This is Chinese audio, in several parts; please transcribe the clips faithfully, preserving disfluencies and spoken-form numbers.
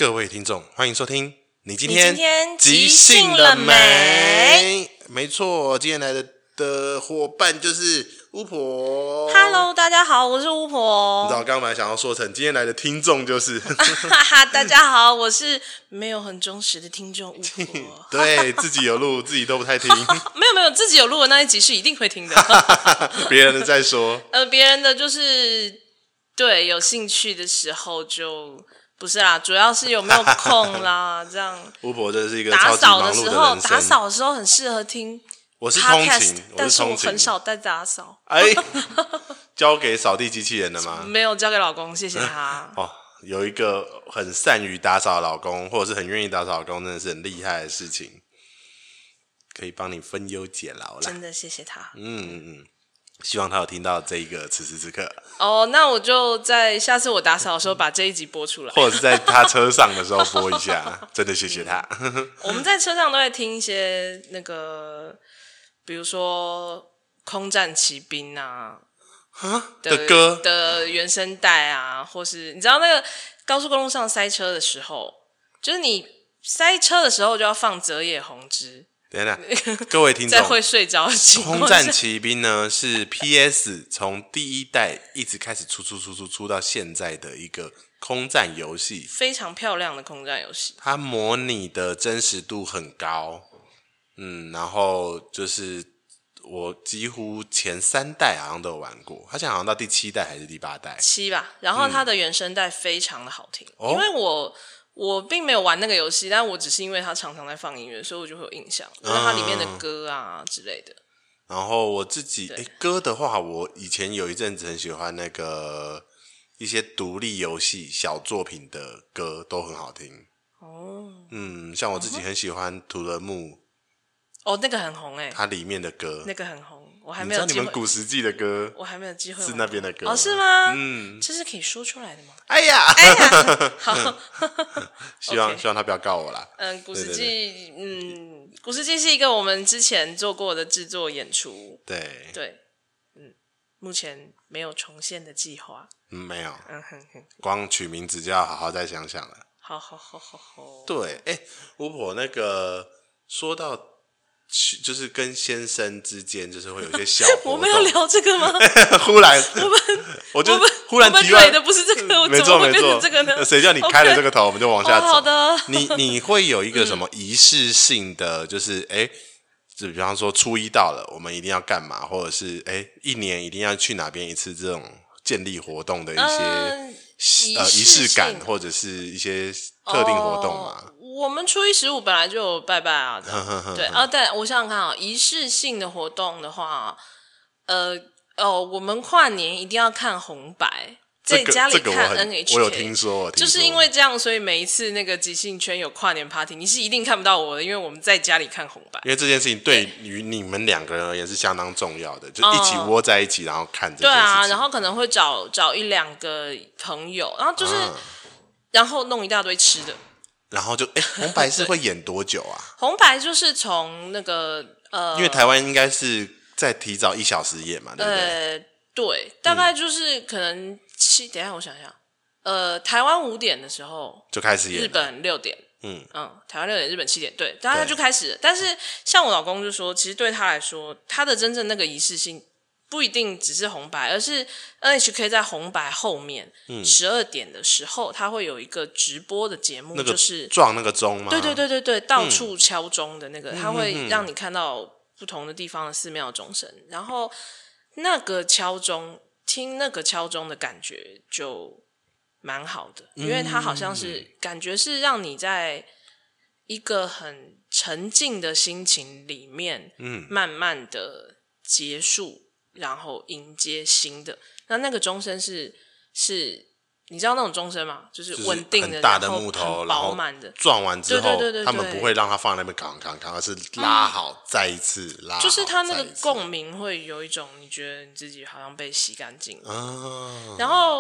各位听众，欢迎收听。你今天天即兴了没？ 没错，今天来的的伙伴就是巫婆。 Hello， 大家好，我是巫婆。 你知道，我刚刚本来想要说成今天来的听众就是， 哈哈，大家好，我是没有很忠实的听众巫婆。 对自己有录，自己都不太听。 没有没有，自己有录的那一集是一定会听的。 别人的再说。 呃，别人的就是对有兴趣的时候就。不是啦，主要是有没有空啦，这样。 巫婆这是一个超级忙碌的人生。 打扫的时候很适合听 podcast， 我是通勤， 但是我很少在打扫。 哎，交给扫地机器人了吗？ 没有，交给老公，谢谢他。 哦，有一个很善于打扫的老公，或者是很愿意打扫的老公，真的是很厉害的事情，可以帮你分忧解劳啦。 真的谢谢他。 嗯嗯嗯。希望他有听到这一个此时此刻哦，那我就在下次我打扫的时候把这一集播出来， 或者是在他车上的时候播一下。真的谢谢他。 我们在车上都在听一些那个，比如说空战骑兵啊的, 的歌的原声带啊，或是你知道那个高速公路上塞车的时候，就是你塞车的时候就要放泽野弘之。 等等，各位听众， 在会睡着的情况下， 空战骑兵呢是 P S 从第一代一直开始出出出出出到现在的一个空战游戏， 非常漂亮的空战游戏。 它模拟的真实度很高，嗯，然后就是我几乎前三代好像都有玩过，它现在好像到第七代还是第八代， 七吧。然后它的原声带非常的好听， 嗯、 因为我。我并没有玩那个游戏，但我只是因为它常常在放音乐，所以我就会有印象，就是它里面的歌啊之类的。 然后我自己诶歌的话，我以前有一阵子很喜欢那个一些独立游戏小作品的歌都很好听。哦，嗯，像我自己很喜欢《土人木》。 哦，那个很红诶、欸， 它里面的歌那个很红，我还没有机会。 你知道你们古时记的歌， 我还没有机会是那边的歌哦，是吗？ 嗯， 这是可以说出来的吗？ 哎呀， 哎呀，好， 希望、 okay. 希望他不要告我啦。 嗯，古时记，嗯，古时记是一个我们之前做过的制作演出， 对对，嗯，目前没有重现的计划， 嗯，没有， 嗯哼哼， 光取名字就要好好再想想了。 好好好好好， 对，哎，巫婆那个说到。就是跟先生之间，就是会有一些小活动。 我们要聊这个吗？ 忽然， 我们我就我们忽然提问的不是这个， 没错没错， 这个呢？ 谁叫你开了这个头， okay. 我们就往下走。 哦、好的， 你你会有一个什么仪式性的，就是哎，就比方说初一到了，我们一定要干嘛，或者是哎，一年一定要去哪边一次这种建立活动的一些、 嗯、 呃仪式感，或者是一些特定活动嘛。 哦我们初一十五本来就有拜拜啊，对啊，但我想想看啊，仪式性的活动的话，呃哦，我们跨年一定要看红白，在家里看 N H K，、 这个、我, 我有听说，我听说， 就是因为这样，所以每一次那个即兴圈有跨年 party， 你是一定看不到我的，因为我们在家里看红白。 因为这件事情对于你们两个人而言是相当重要的，就一起窝在一起，然后看这件事情。对啊，然后可能会找找一两个朋友，然后就是、啊、然后弄一大堆吃的。 然后就哎，红白是会演多久啊？ 红白就是从那个呃， 因为台湾应该是再提早一小时演嘛，对不对？ 呃，对，大概就是可能七、嗯，等一下我想想，呃，台湾五点的时候就开始演， 日本六点， 嗯嗯，台湾六点，日本七点，对，大家就开始了。但是像我老公就说，其实对他来说，他的真正那个仪式性。不一定只是红白，而是 N H K 在红白后面十二、嗯、点的时候，它会有一个直播的节目， 那个就是撞那个钟吗？ 对对对对对，到处敲钟的那个， 嗯、 它会让你看到不同的地方的寺庙钟声，然后那个敲钟，听那个敲钟的感觉就蛮好的，因为它好像是、嗯、感觉是让你在一个很沉静的心情里面，嗯，慢慢的结束。然后迎接新的，那那个钟声是是，你知道那种钟声吗？就是稳定的， 就是、很大的木头， 然后饱满的。 撞完之后， 对对对对对， 他们不会让它放在那边扛扛扛，而是拉好、嗯、再一次拉好。 就是它那个共鸣会有一种，你觉得你自己好像被洗干净了。 啊、 然后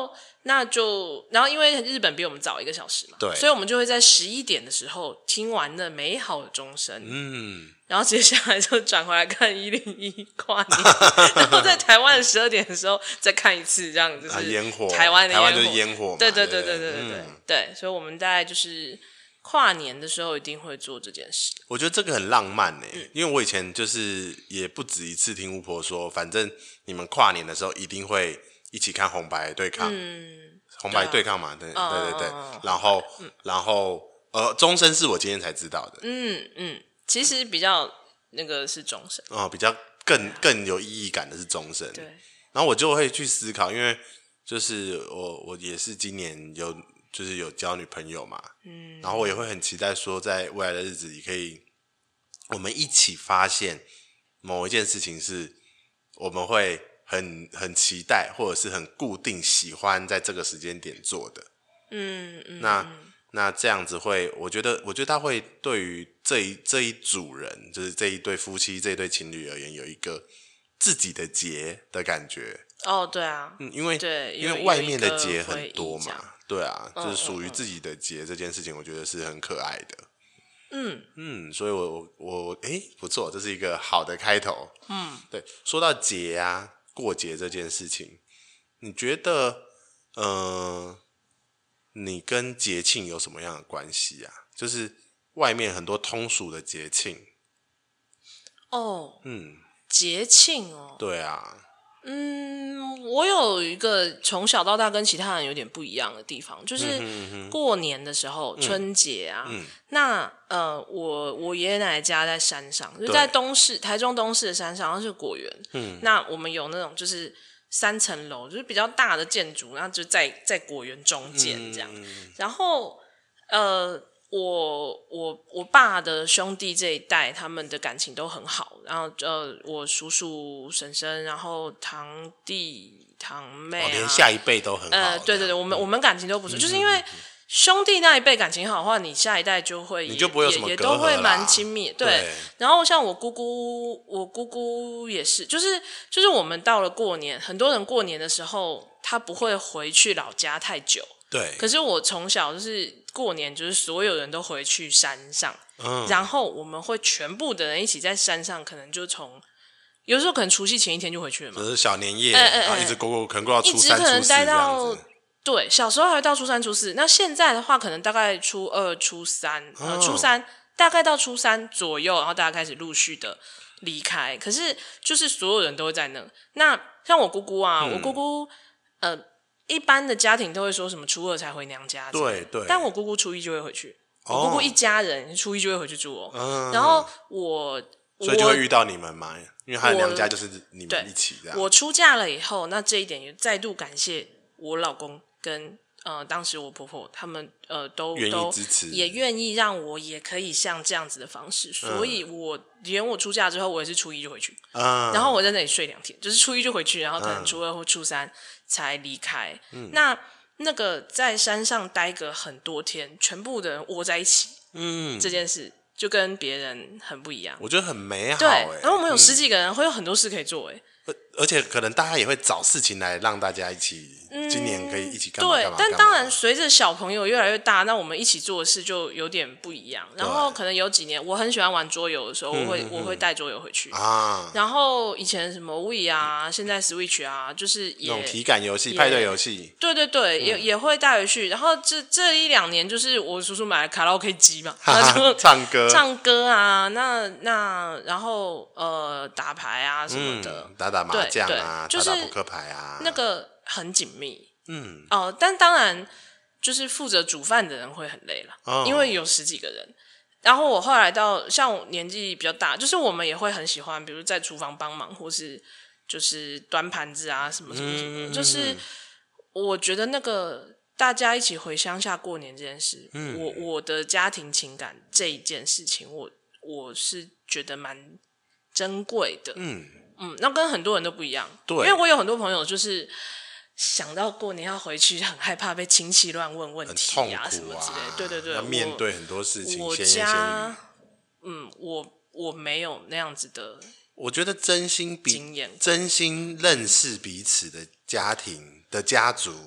那就然后因为日本比我们早一个小时嘛， 对， 所以我们就会在十一点的时候听完那美好的钟声， 嗯， 然后接下来就转回来看一零一跨年，然后在台湾的十二点的时候再看一次，这样就是、啊、 烟火， 台湾的烟火， 台湾就是烟火嘛， 对对对对对对对、 嗯、 对，所以我们大概就是跨年的时候一定会做这件事。 我觉得这个很浪漫耶、嗯、因为我以前就是也不止一次听巫婆说，反正你们跨年的时候一定会一起看红白对抗，嗯，红白对抗嘛，对、啊、对对对、哦、然后、嗯、然后呃，钟声是我今天才知道的， 嗯嗯，其实比较那个是钟声， 哦，比较更更有意义感的是钟声， 对， 然后我就会去思考，因为就是我我也是今年有就是有交女朋友嘛，嗯，然后我也会很期待说，在未来的日子里，可以我们一起发现某一件事情是我们会很很期待，或者是很固定喜欢在这个时间点做的，嗯嗯，那那这样子会，我觉得我觉得他会对于这一这一组人，就是这一对夫妻这一对情侣而言，有一个自己的节的感觉。 哦，对啊， 嗯，因为对， 因为外面的节很多嘛，对啊， 嗯、 就是属于自己的节这件事情，我觉得是很可爱的。嗯嗯，所以我我哎、欸、不错，这是一个好的开头。嗯，对，说到节啊，过节这件事情，你觉得呃，你跟节庆有什么样的关系啊？就是外面很多通俗的节庆。 哦，嗯，节庆哦， 对啊。 嗯，我有一个从小到大跟其他人有点不一样的地方，就是过年的时候，嗯、春节啊，嗯、那呃，我我爷爷奶奶家在山上，就是在东市台中东市的山上，然后是果园，嗯，那我们有那种就是三层楼，就是比较大的建筑，然后就在在果园中间这样，嗯、然后呃。我我我爸的兄弟这一代，他们的感情都很好。然后呃，我叔叔、婶婶，然后堂弟、堂妹、啊， 哦，连下一辈都很好。 呃，对对对，我们、嗯、我们感情都不错，嗯、就是因为兄弟那一辈感情好的话，你下一代就会你就不会有什么也也都会蛮亲密。对， 对。 然后像我姑姑，我姑姑也是，就是就是我们到了过年，很多人过年的时候，他不会回去老家太久。 对。 可是我从小就是过年，就是所有人都回去山上，嗯，然后我们会全部的人一起在山上，可能就从有时候可能除夕前一天就回去了嘛， 就是小年夜，欸欸欸然后一直过过，可能过到初三、初四这样子。一直可能待到对，小时候还会到初三、初四，那现在的话，可能大概初二、初三，哦、呃，初三大概到初三左右，然后大家开始陆续的离开。可是就是所有人都会在那。那像我姑姑啊，嗯、我姑姑呃。一般的家庭都会说什么初二才回娘家， 对对。 但我姑姑初一就会回去，哦、我姑姑一家人初一就会回去住哦。嗯、然后我， 所以就会遇到你们嘛，因为他的娘家就是你们一起这样。 我出嫁了以后，那这一点也再度感谢我老公跟呃当时我婆婆他们呃都愿意支持， 也愿意让我也可以像这样子的方式，所以我连我出嫁之后，我也是初一就回去，嗯、然后我在那里睡两天，就是初一就回去，然后可能初二或初三。才离开、嗯，那那个在山上待个很多天，全部的人窝在一起，嗯，这件事就跟别人很不一样， 我觉得很美好、欸。 对，然后我们有十几个人，嗯、会有很多事可以做、欸，哎， 而且可能大家也会找事情来让大家一起，嗯、今年可以一起干嘛干嘛。 对，但当然随着小朋友越来越大，那我们一起做的事就有点不一样。然后可能有几年，我很喜欢玩桌游的时候，我会、嗯、我会带桌游回去啊。然后以前什么 Wii 啊，现在 Switch 啊，就是也那种体感游戏、派对游戏， 对对对，嗯、也也会带回去。然后这这一两年，就是我叔叔买了卡拉 OK 机嘛， 哈哈唱歌唱歌啊，那那然后呃打牌啊什么的， 嗯、打打麻将啊， 就是打打扑克牌啊， 那个很紧密。嗯哦、呃，但当然就是负责煮饭的人会很累了、哦，因为有十几个人。然后我后来到像我年纪比较大，就是我们也会很喜欢，比如在厨房帮忙，或是就是端盘子啊什么什么什么。嗯、就是我觉得那个大家一起回乡下过年这件事，嗯、我我的家庭情感这一件事情，我我是觉得蛮珍贵的。嗯嗯，那跟很多人都不一样，对，因为我有很多朋友就是想到过年要回去，很害怕被亲戚乱问问题啊什么之类的。对对对， 要面对很多事情。 我家，嗯，我我没有那样子的。 我觉得真心比真心认识彼此的家庭的家族，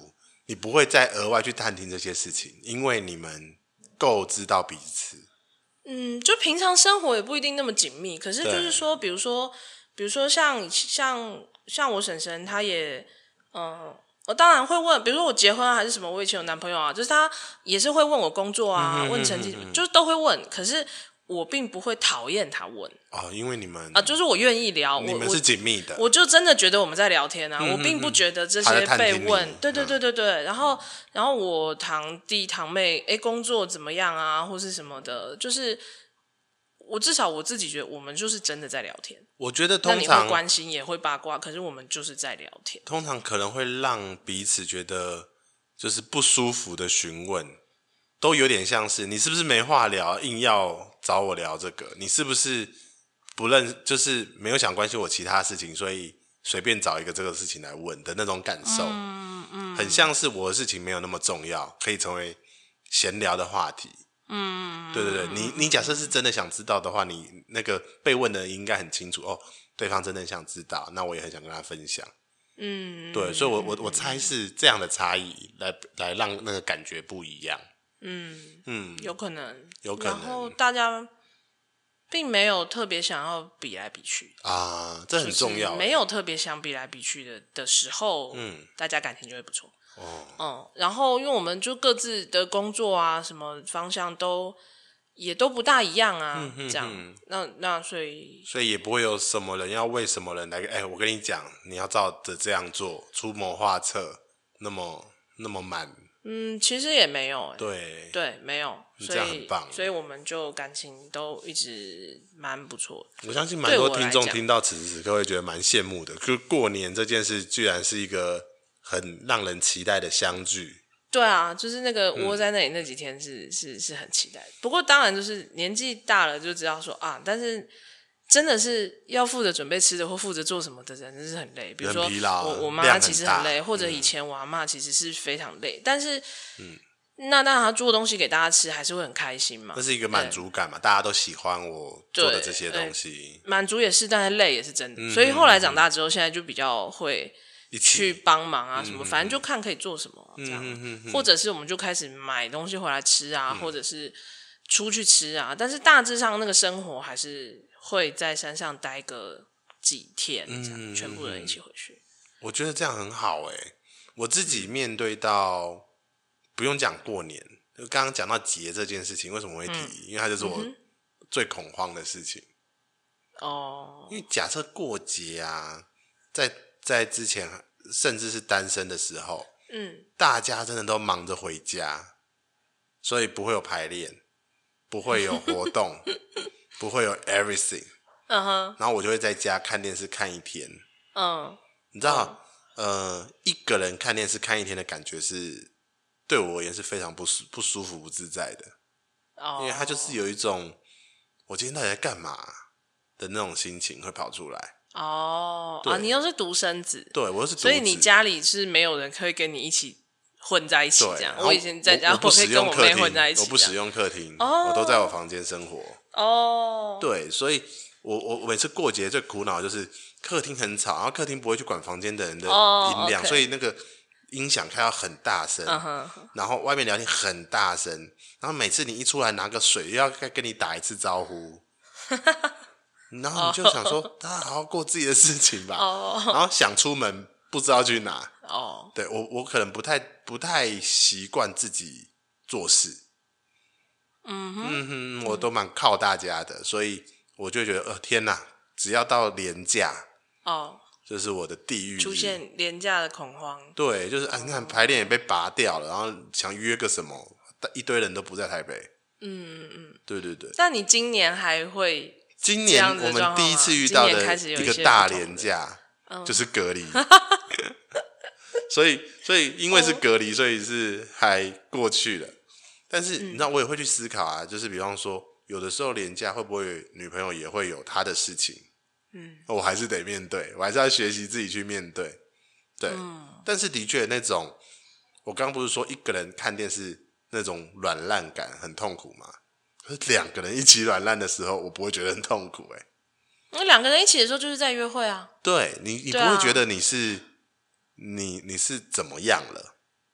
你不会再额外去探听这些事情，因为你们够知道彼此。 嗯，就平常生活也不一定那么紧密，可是就是说，比如说，比如说像像像我婶婶，她也，嗯、呃，我当然会问，比如说我结婚啊还是什么，我以前有男朋友啊，就是她也是会问我工作啊， 嗯、 问成绩，就是都会问，可是我并不会讨厌他问哦，因为你们啊，就是我愿意聊， 你们是紧密的， 我就真的觉得我们在聊天啊， 嗯、 我并不觉得这些被问，对对对对对，然后然后我堂弟堂妹，哎，工作怎么样啊，或是什么的，就是我至少我自己觉得我们就是真的在聊天。 我觉得通常那你会关心也会八卦，可是我们就是在聊天。 通常可能会让彼此觉得就是不舒服的询问。都有点像是你是不是没话聊，硬要找我聊这个？你是不是不认，就是没有想关心我其他事情，所以随便找一个这个事情来问的那种感受？ 嗯嗯， 很像是我的事情没有那么重要，可以成为闲聊的话题。嗯，对对对，你你假设是真的想知道的话，你那个被问的人应该很清楚哦，对方真的想知道，那我也很想跟他分享。嗯，对，所以我我我猜是这样的差异来来让那个感觉不一样。 嗯嗯，有可能， 有可能。 然后大家并没有特别想要比来比去啊，这很重要。 就是、没有特别想比来比去的的时候，嗯，大家感情就会不错。哦，嗯，然后因为我们就各自的工作啊，什么方向都也都不大一样啊，嗯、哼哼这样，那那所以所以也不会有什么人要为什么人来，哎、欸，我跟你讲，你要照着这样做，出谋划策，那么那么满。 嗯，其实也没有、欸， 对对，没有， 这样很棒， 所以我们就感情都一直蛮不错的。 我相信蛮多听众听到此时此刻会觉得蛮羡慕的，就过年这件事居然是一个很让人期待的相聚。 对啊，就是那个窝在那里那几天是、嗯、是是很期待的。不过当然就是年纪大了就知道说啊，但是真的是要负责准备吃的或负责做什么的人真是很累，比如说我我妈其实很累，或者以前我阿嬷其实是非常累，但是嗯，那当然她做东西给大家吃还是会很开心嘛， 那是一个满足感嘛，大家都喜欢我做的这些东西， 满足也是，但是累也是真的、嗯、所以后来长大之后现在就比较会去帮忙啊什么、嗯、反正就看可以做什么、啊、这样、嗯、或者是我们就开始买东西回来吃啊、嗯、或者是出去吃啊，但是大致上那个生活还是会在山上待个几天，这样、嗯、全部人一起回去。 我觉得这样很好哎、欸。我自己面对到不用讲过年，就刚刚讲到节这件事情，为什么会提？嗯、因为它就是我最恐慌的事情。哦、嗯，因为假设过节啊，在在之前甚至是单身的时候，嗯，大家真的都忙着回家，所以不会有排练，不会有活动。不会有 everything， 嗯哼，然后我就会在家看电视看一天，嗯，你知道，嗯、呃，一个人看电视看一天的感觉是对我而言是非常不舒不舒服不自在的，哦，因为它就是有一种我今天到底在干嘛的那种心情会跑出来。 哦，啊，你又是独生子， 对我又是独子， 所以你家里是没有人可以跟你一起混在一起这样。我以前在家我我可以跟我妹混在一起， 我不使用客厅，哦，我都在我房间生活。哦，对，所以我我每次过节最苦恼的就是客厅很吵，然后客厅不会去管房间的人的音量， oh, okay. 所以那个音响开到很大声， uh-huh. 然后外面聊天很大声，然后每次你一出来拿个水，又要跟你打一次招呼，然后你就想说，大家好好过自己的事情吧， oh. 然后想出门不知道去哪。哦，对，我我可能不太不太习惯自己做事。嗯哼，嗯哼，我都蛮靠大家的，所以我就觉得，呃，天哪！只要到连假，哦，这是我的地狱， 出现连假的恐慌。 对，就是啊，你看排练也被拔掉了，然后想约个什么，一堆人都不在台北。嗯嗯，对对对。 那你今年还会？ 今年我们第一次遇到的一个大连假，嗯、就是隔离。所以，所以因为是隔离，所以是还过去了。但是你知道，我也会去思考啊，就是比方说，有的时候连假会不会女朋友也会有她的事情，嗯，我还是得面对，我还是要学习自己去面对，对。嗯、但是的确，那种我刚刚不是说一个人看电视那种软烂感很痛苦吗？可是两个人一起软烂的时候，我不会觉得很痛苦哎、欸。 那两个人一起的时候就是在约会啊。 对你，你不会觉得你是、啊、你你是怎么样了？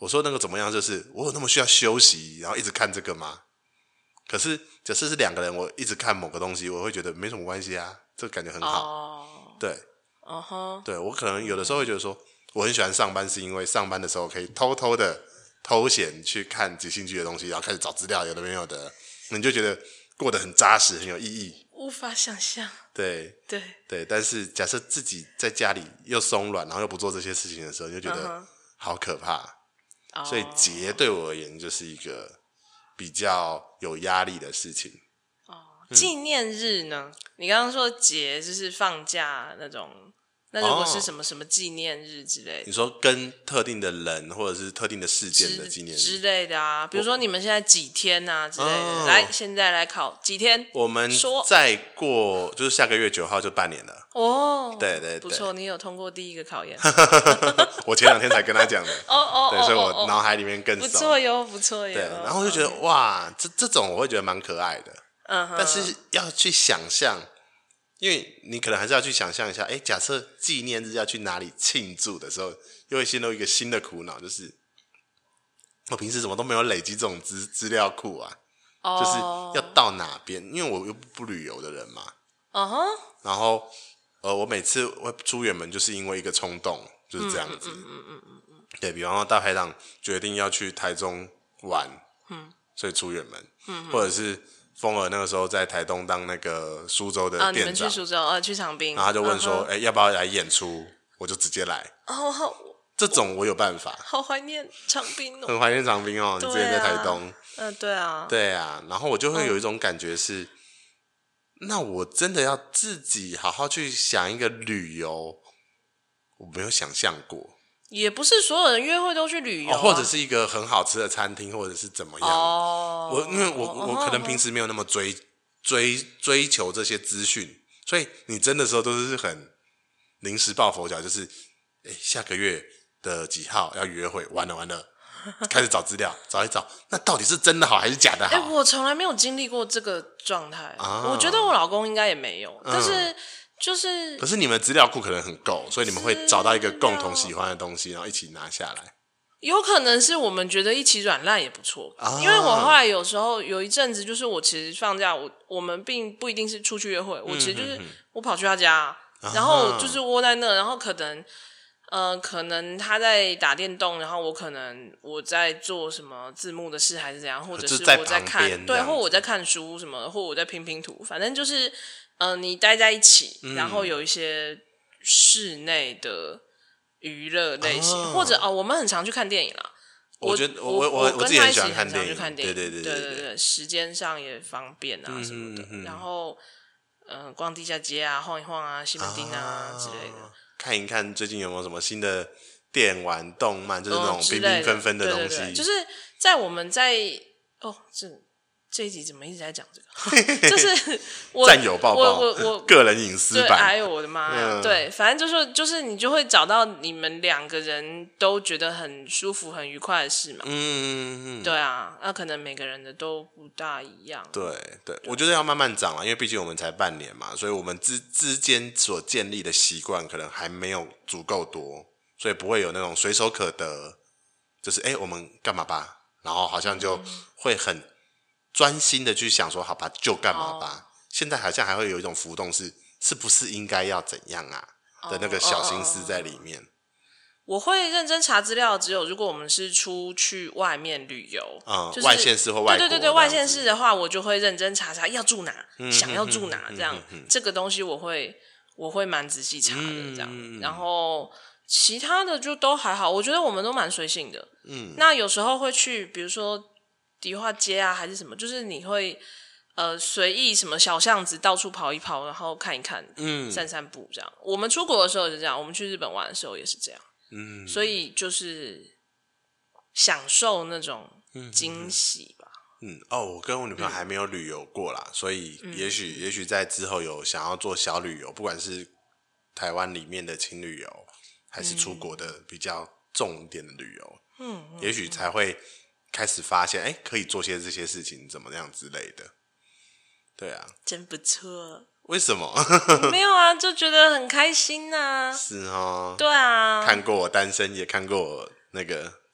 我说那个怎么样，就是我有那么需要休息，然后一直看这个吗？可是假设是两个人，我一直看某个东西，我会觉得没什么关系啊，这个感觉很好。 哦， 对， 嗯哼， 对我可能有的时候会觉得说，我很喜欢上班，是因为上班的时候可以偷偷的偷闲去看即兴剧的东西，然后开始找资料，有的没有的，你就觉得过得很扎实，很有意义。 无法想象。 对对对，但是假设自己在家里又松软，然后又不做这些事情的时候，就觉得好可怕。 嗯、 所以节对我而言就是一个比较有压力的事情。 哦，纪念日呢？嗯、你刚刚说节就是放假那种。那如果是什么什么纪念日之类的， 你说跟特定的人或者是特定的事件的纪念日之类的啊，比如说你们现在几天啊之类的，哦、来现在来考几天？ 我们再过就是下个月九号就半年了。 哦， 对对对， 不错，你有通过第一个考验。 我前两天才跟他讲的。 哦哦， 对，所以我脑海里面更熟。 不错哟，不错哟。 对，然后就觉得、嗯、哇，这这种我会觉得蛮可爱的。 嗯哼， 但是要去想象。因为你可能还是要去想象一下，哎，假设纪念日要去哪里庆祝的时候，又会陷入一个新的苦恼，就是我平时怎么都没有累积这种资资料库啊， oh. 就是要到哪边？因为我又不旅游的人嘛，嗯哼、uh-huh. 然后呃，我每次会出远门，就是因为一个冲动，就是这样子。嗯嗯嗯嗯嗯。对，比方说大排档决定要去台中玩，嗯，所以出远门，嗯，或者是。风儿那个时候在台东当那个苏州的店长，啊、 你们去苏州，呃，去长滨， 然后他就问说，哎、uh-huh. 欸，要不要来演出？我就直接来。哦，好，这种我有办法。 好怀念长滨哦， 很怀念长滨哦。你之前在台东， 嗯、呃，对啊， 对啊。然后我就会有一种感觉是，嗯、那我真的要自己好好去想一个旅游，我没有想象过。 也不是所有人约会都去旅游、啊哦，或者是一个很好吃的餐厅，或者是怎么样。哦，我因为我、哦、我可能平时没有那么追追追求这些资讯，所以你真的时候都是很临时抱佛脚，就是哎下个月的几号要约会，完了完了，开始找资料，找一找，那到底是真的好还是假的好？ 哎，我从来没有经历过这个状态、啊，我觉得我老公应该也没有，嗯、但是。就是， 可是你们资料库可能很够，所以你们会找到一个共同喜欢的东西，然后一起拿下来。 有可能是我们觉得一起软烂也不错、啊，因为我后来有时候有一阵子，就是我其实放假，我我们并不一定是出去约会，我其实就是我跑去他家，嗯、然后就是窝在那，然后可能呃可能他在打电动，然后我可能我在做什么字幕的事还是怎样，或者是我在看对，或我在看书什么，或我在拼拼图，反正就是。呃，你待在一起，然后有一些室内的娱乐类型，嗯、或者哦，我们很常去看电影啦。 我觉得我我我我自己很喜欢看电影， 对对对对对对，时间上也方便啊什么的。嗯、然后，嗯、呃，逛地下街啊，晃一晃啊，西门町啊、啊之类的， 看一看最近有没有什么新的电玩、动漫，就是那种缤缤纷纷的东西。 对对对，就是在我们在哦这。这一集怎么一直在讲这个？就是我占有抱抱， 我我我个人隐私版。 哎呦我的妈呀！嗯、对，反正就是就是你就会找到你们两个人都觉得很舒服、很愉快的事嘛。嗯嗯嗯。对啊，那可能每个人的都不大一样。 对 对, 对，我觉得要慢慢长啊，因为毕竟我们才半年嘛，所以我们之之间所建立的习惯可能还没有足够多，所以不会有那种随手可得，就是哎、欸，我们干嘛吧？然后好像就会很。专心的去想说好吧就干嘛吧、哦、现在好像还会有一种浮动是是不是应该要怎样啊的那个小心思在里面、哦哦哦、 我会认真查资料只有如果我们是出去外面旅游、 嗯就是、 外县市或外国， 对对对对，外县市的话我就会认真查查要住哪、嗯、想要住哪、嗯、这样、嗯嗯、这个东西我会我会蛮仔细查的这样、嗯、然后其他的就都还好，我觉得我们都蛮随性的。嗯，那有时候会去比如说迪化街啊还是什么，就是你会呃随意什么小巷子到处跑一跑，然后看一看，嗯，散散步这样。我们出国的时候也是这样，我们去日本玩的时候也是这样，嗯，所以就是享受那种惊喜吧。 嗯, 嗯, 嗯哦，我跟我女朋友还没有旅游过啦，嗯、所以也许、嗯、也许在之后有想要做小旅游，不管是台湾里面的轻旅游，还是出国的比较重一点的旅游，嗯，嗯也许才会。开始发现，哎，可以做些这些事情，怎么样之类的，对啊， 真不错。 为什么？ 没有啊，就觉得很开心啊。 是哦， 对啊， 看过我单身，也看过我那个找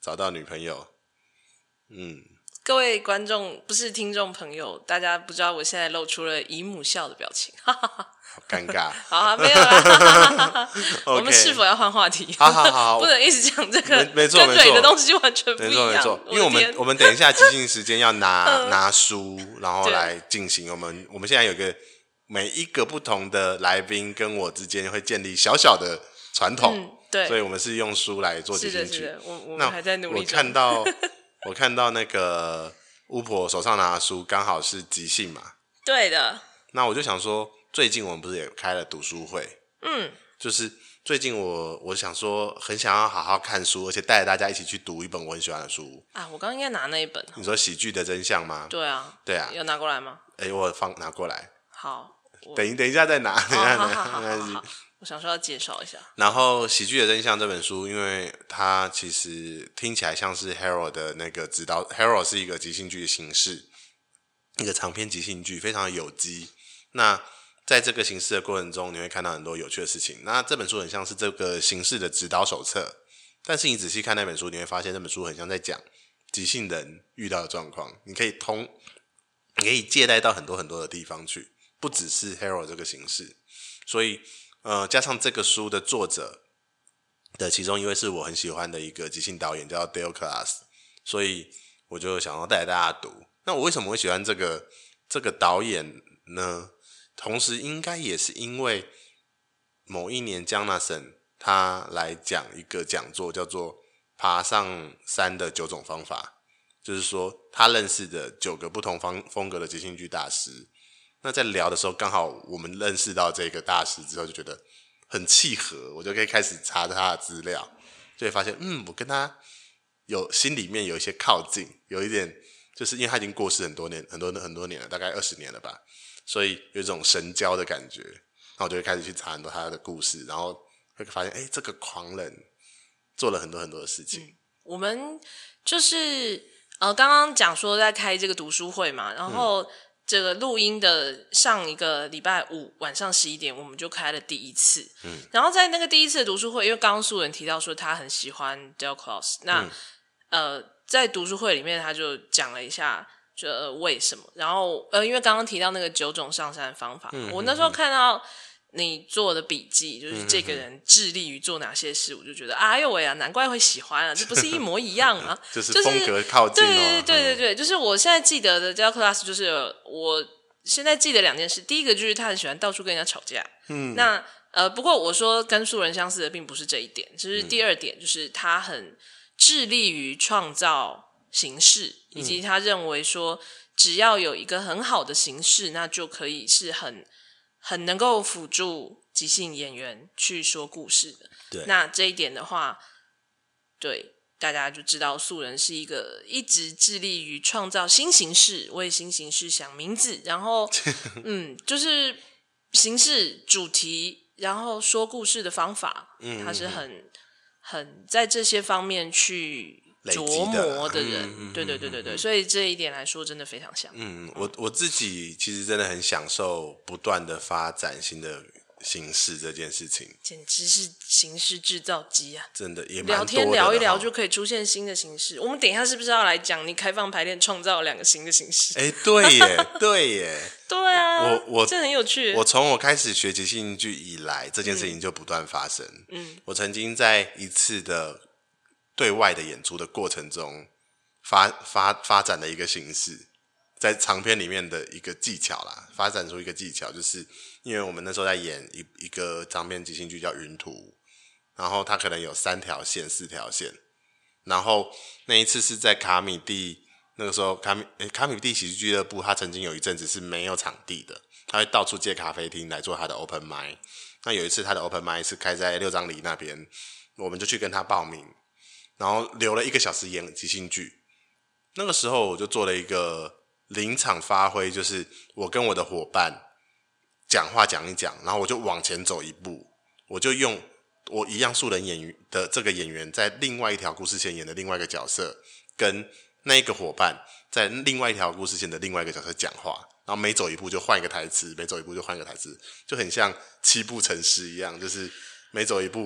找到女朋友。嗯， 各位观众不是听众朋友，大家不知道我现在露出了姨母笑的表情，哈哈哈， 好尴尬。 好啊，没有啦。okay, 我们是否要换话题？ 好好好， 不能一直讲这个， 没错， 跟蕊的东西完全不一样。 没错没错，因为我们我们等一下即兴时间要拿拿书，然后来进行。我们我们现在有个每一个不同的来宾跟我之间会建立小小的传统，嗯、 对， 所以我们是用书来做即兴剧。 是的，是的，我我们还在努力中。 我看到我看到那个巫婆手上拿的书刚好是即兴嘛， 对的。 那我就想说，最近我们不是也开了读书会？嗯，就是最近我我想说，很想要好好看书，而且带着大家一起去读一本我很喜欢的书啊。我刚刚应该拿那一本。 你说《喜剧的真相》吗？ 对啊， 对啊， 有拿过来吗？ 哎、欸，我放拿过来。 好， 等等一下再拿，等一下拿，没关系。 我想说要介绍一下。 然后《喜剧的真相》这本书，因为它其实听起来像是 Harold 的那个指导 ，Harold 是一个即兴剧的形式，一个长篇即兴剧，非常的有机。那在这个形式的过程中，你会看到很多有趣的事情。那这本书很像是这个形式的指导手册，但是你仔细看那本书，你会发现这本书很像在讲即兴人遇到的状况。你可以通，你可以借贷到很多很多的地方去，不只是 Harold 这个形式。所以，呃，加上这个书的作者的其中一位是我很喜欢的一个即兴导演，叫 Dale Class， 所以我就想要带大家读。那我为什么会喜欢这个这个导演呢？同时应该也是因为某一年 Jonathan 他来讲一个讲座，叫做爬上山的九种方法，就是说他认识的九个不同方风格的即兴剧大师。那在聊的时候，刚好我们认识到这个大师之后，就觉得很契合，我就可以开始查他的资料，就会发现嗯，我跟他有心里面有一些靠近，有一点就是因为他已经过世很多年很多很多年了，大概二十年了吧，所以有一种神交的感觉。然后我就会开始去查很多他的故事，然后会发现哎，这个狂人做了很多很多的事情。嗯、 我们就是呃刚刚讲说在开这个读书会嘛，然后、嗯这个录音的上一个礼拜五晚上十一点，我们就开了第一次。嗯，然后在那个第一次的读书会，因为刚刚素人提到说他很喜欢 Dale Class， 那、嗯、呃，在读书会里面他就讲了一下，就、呃、为什么。然后呃，因为刚刚提到那个九种上山方法，嗯、我那时候看到你做的笔记，就是这个人致力于做哪些事，我就觉得哎呦喂啊，难怪会喜欢啊，这不是一模一样吗？ 就是风格靠近、哦， 对对对对对，就是我现在记得的 Dale Class， 就是我现在记得两件事，第一个就是他很喜欢到处跟人家吵架，嗯，那呃，不过我说跟素人相似的并不是这一点，就是第二点，就是他很致力于创造形式，以及他认为说只要有一个很好的形式，那就可以是很。很能够辅助即兴演员去说故事的。 对， 那这一点的话，对大家就知道素人是一个一直致力于创造新形式，为新形式想名字，然后嗯，就是形式、主题，然后说故事的方法，嗯，他是很很在这些方面去琢磨的人，嗯、对对对对对，所以这一点来说真的非常像。 嗯，我我自己其实真的很享受不断的发展新的形式这件事情， 简直是形式制造机啊！ 真的也蛮聊天聊一聊就可以出现新的形式。我们等一下是不是要来讲你开放排练创造两个新的形式？ 哎，对耶，对耶， 对啊， 我我这很有趣。 我从我开始学即兴剧以来，这件事情就不断发生。嗯，我曾经在一次的对外的演出的过程中发发发展了一个形式，在长篇里面的一个技巧啦，发展出一个技巧，就是因为我们那时候在演一一个长篇即兴剧叫《云图》，然后它可能有三条线、四条线，然后那一次是在卡米蒂，那个时候卡米诶卡米蒂喜剧俱乐部，它曾经有一阵子是没有场地的，它会到处借咖啡厅来做它的 open mic。那有一次它的 open mic 是开在六张犁那边，我们就去跟他报名。然后留了一个小时演即兴剧，那个时候我就做了一个临场发挥，就是我跟我的伙伴讲话讲一讲，然后我就往前走一步，我就用我一样素人演员的这个演员在另外一条故事线演的另外一个角色，跟那一个伙伴在另外一条故事线的另外一个角色讲话，然后每走一步就换一个台词，每走一步就换一个台词，就很像七步成诗一样，就是每走一步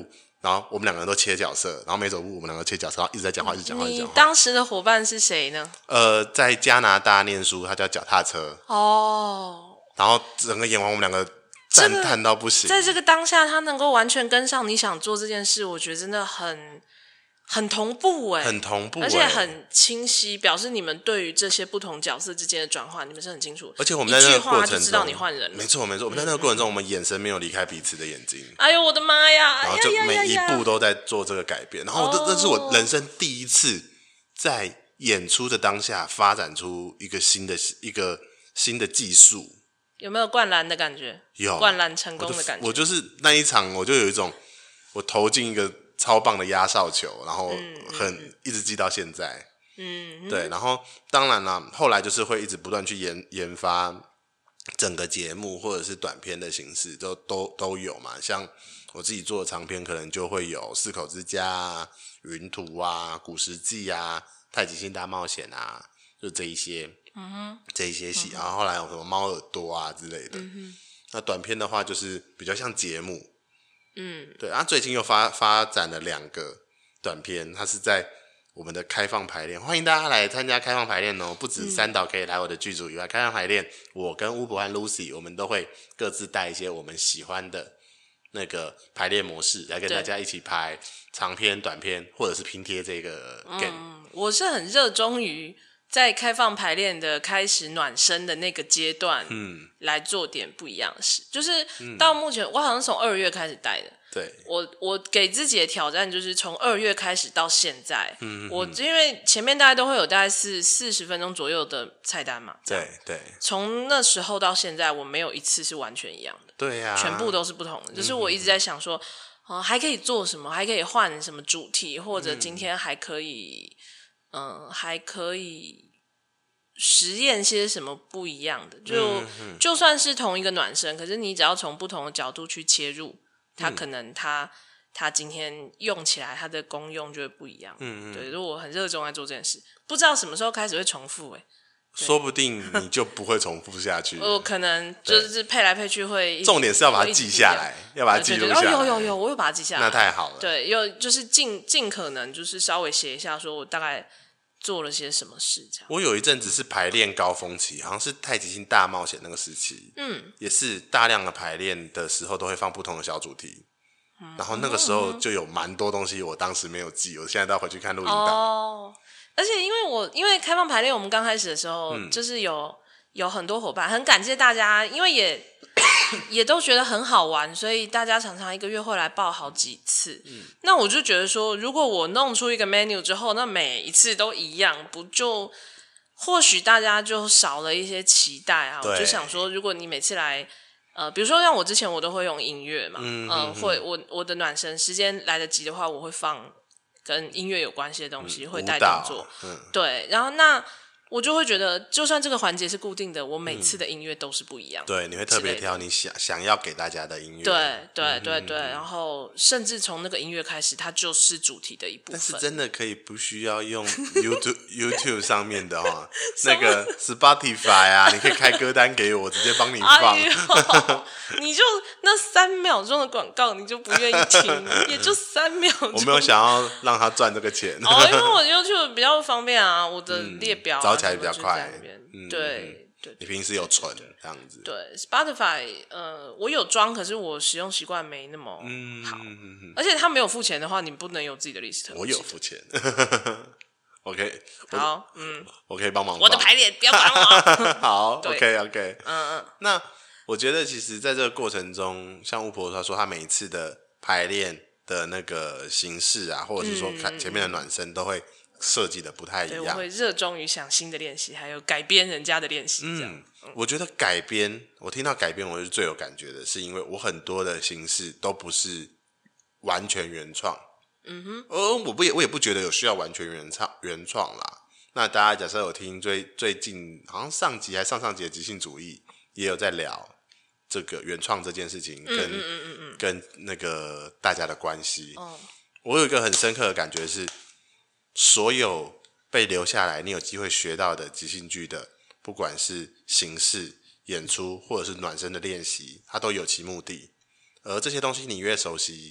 然后我们两个人都切角色，然后每走步我们两个切角色，然后一直在讲话，一直讲话，一直讲话。 你当时的伙伴是谁呢？ 呃，在加拿大念书，他叫脚踏车。哦。然后整个演完，我们两个赞叹到不行。 这个、在这个当下，他能够完全跟上你想做这件事，我觉得真的很很同步哎、欸， 很同步、欸， 而且很清晰，表示你们对于这些不同角色之间的转换，你们是很清楚。 而且我们在那个过程中， 一句话就知道你换人了。 没错没错，我们在那个过程中，嗯、我们眼神没有离开彼此的眼睛。 哎呦我的妈呀！ 然后就每一步都在做这个改变，然后这这是我人生第一次在演出的当下发展出一个新的一个新的技术。 有没有灌篮的感觉？ 有灌篮成功的感觉。 我就，我就是那一场，我就有一种我投进一个超棒的压哨球，然后很、嗯嗯、一直记到现在。嗯，对。然后当然啦，后来就是会一直不断去研研发整个节目或者是短片的形式，都都都有嘛。像我自己做的长片，可能就会有四口之家啊、云图啊、古时记啊、太极星大冒险啊，就这一些。嗯哼，这一些戏、嗯，然后后来有什么猫耳朵啊之类的。嗯哼，那短片的话就是比较像节目。嗯，对。啊，最近又发发展了两个短片，它是在我们的开放排练，欢迎大家来参加开放排练哦。不止三岛可以来我的剧组以外，嗯、开放排练，我跟巫婆和 Lucy， 我们都会各自带一些我们喜欢的那个排练模式来跟大家一起拍长篇、短篇，或者是拼贴这个 game。 嗯，我是很热衷于在开放排练的开始暖身的那个阶段，嗯，来做点不一样的事。就是到目前，嗯、我好像从二月开始带的。 对， 我我给自己的挑战就是从二月开始到现在，嗯，我因为前面大概都会有大概是四十分钟左右的菜单嘛， 对对。 从那时候到现在，我没有一次是完全一样的， 对呀、啊， 全部都是不同的。就是我一直在想说，呃，还可以做什么，还可以换什么主题，或者今天还可以。嗯，还可以实验些什么不一样的，就、嗯嗯、就算是同一个暖身，可是你只要从不同的角度去切入，它可能它它今天用起来它的功用就会不一样。嗯嗯，对，如果我很热衷在做这件事，不知道什么时候开始会重复、欸， 说不定你就不会重复下去。 我可能就是配来配去会， 重点是要把它记下来，要把它记录下来。 哦，有有有，我有把它记下来， 那太好了。 对，又就是尽尽可能就是稍微写一下，说我大概做了些什么事这样。 我有一阵子是排练高峰期，好像是太极星大冒险那个时期，嗯，也是大量的排练的时候都会放不同的小主题，嗯、然后那个时候就有蛮多东西我当时没有记，我现在都要回去看录音档。 哦，而且因为我因为开放排练，我们刚开始的时候、嗯、就是有有很多伙伴，很感谢大家，因为也也都觉得很好玩，所以大家常常一个月会来报好几次。嗯，那我就觉得说，如果我弄出一个 menu 之后，那每一次都一样，不就或许大家就少了一些期待啊？我就想说，如果你每次来，呃，比如说像我之前我都会用音乐嘛，嗯，呃、嗯会我我的暖身时间来得及的话，我会放跟音乐有关系的东西，嗯、会带动作，嗯，对，然后那。我就会觉得，就算这个环节是固定的，我每次的音乐都是不一样的。 嗯、对，你会特别挑你想想要给大家的音乐。 对对对对、嗯，然后甚至从那个音乐开始，它就是主题的一部分。 但是真的可以不需要用 YouTube YouTube 上面的哈，那个 Spotify 啊，你可以开歌单给我，我直接帮你放。哎、 你就那三秒钟的广告，你就不愿意听，也就三秒钟。 我没有想要让他赚这个钱。 哦，因为我 YouTube 比较方便啊，我的列表、啊。 嗯起来比较快， 嗯，对对， 你平时有存这样子？ 对 ，Spotify， 呃，我有装，可是我使用习惯没那么好，嗯、而且他没有付钱的话，你不能有自己的 list。 我有付钱，OK， 好，嗯， 我可以帮忙。 我的排练不要管我。 好 ，OK OK， 嗯嗯。 那我觉得其实在这个过程中，像巫婆她说，她每一次的排练的那个形式啊，或者是说前面的暖身都会。设计的不太一样， 对，我会热衷于想新的练习，还有改编人家的练习。嗯， 我觉得改编，我听到改编，我是最有感觉的，是因为我很多的形式都不是完全原创。嗯哼，而我不也我也不觉得有需要完全原创原创啦。那大家假设有听最最近好像上集还上上集的即兴主义，也有在聊这个原创这件事情跟、嗯嗯嗯嗯、跟那个大家的关系。哦，我有一个很深刻的感觉是。所有被留下来，你有机会学到的即兴剧的，不管是形式、演出，或者是暖身的练习，它都有其目的。而这些东西你越熟悉，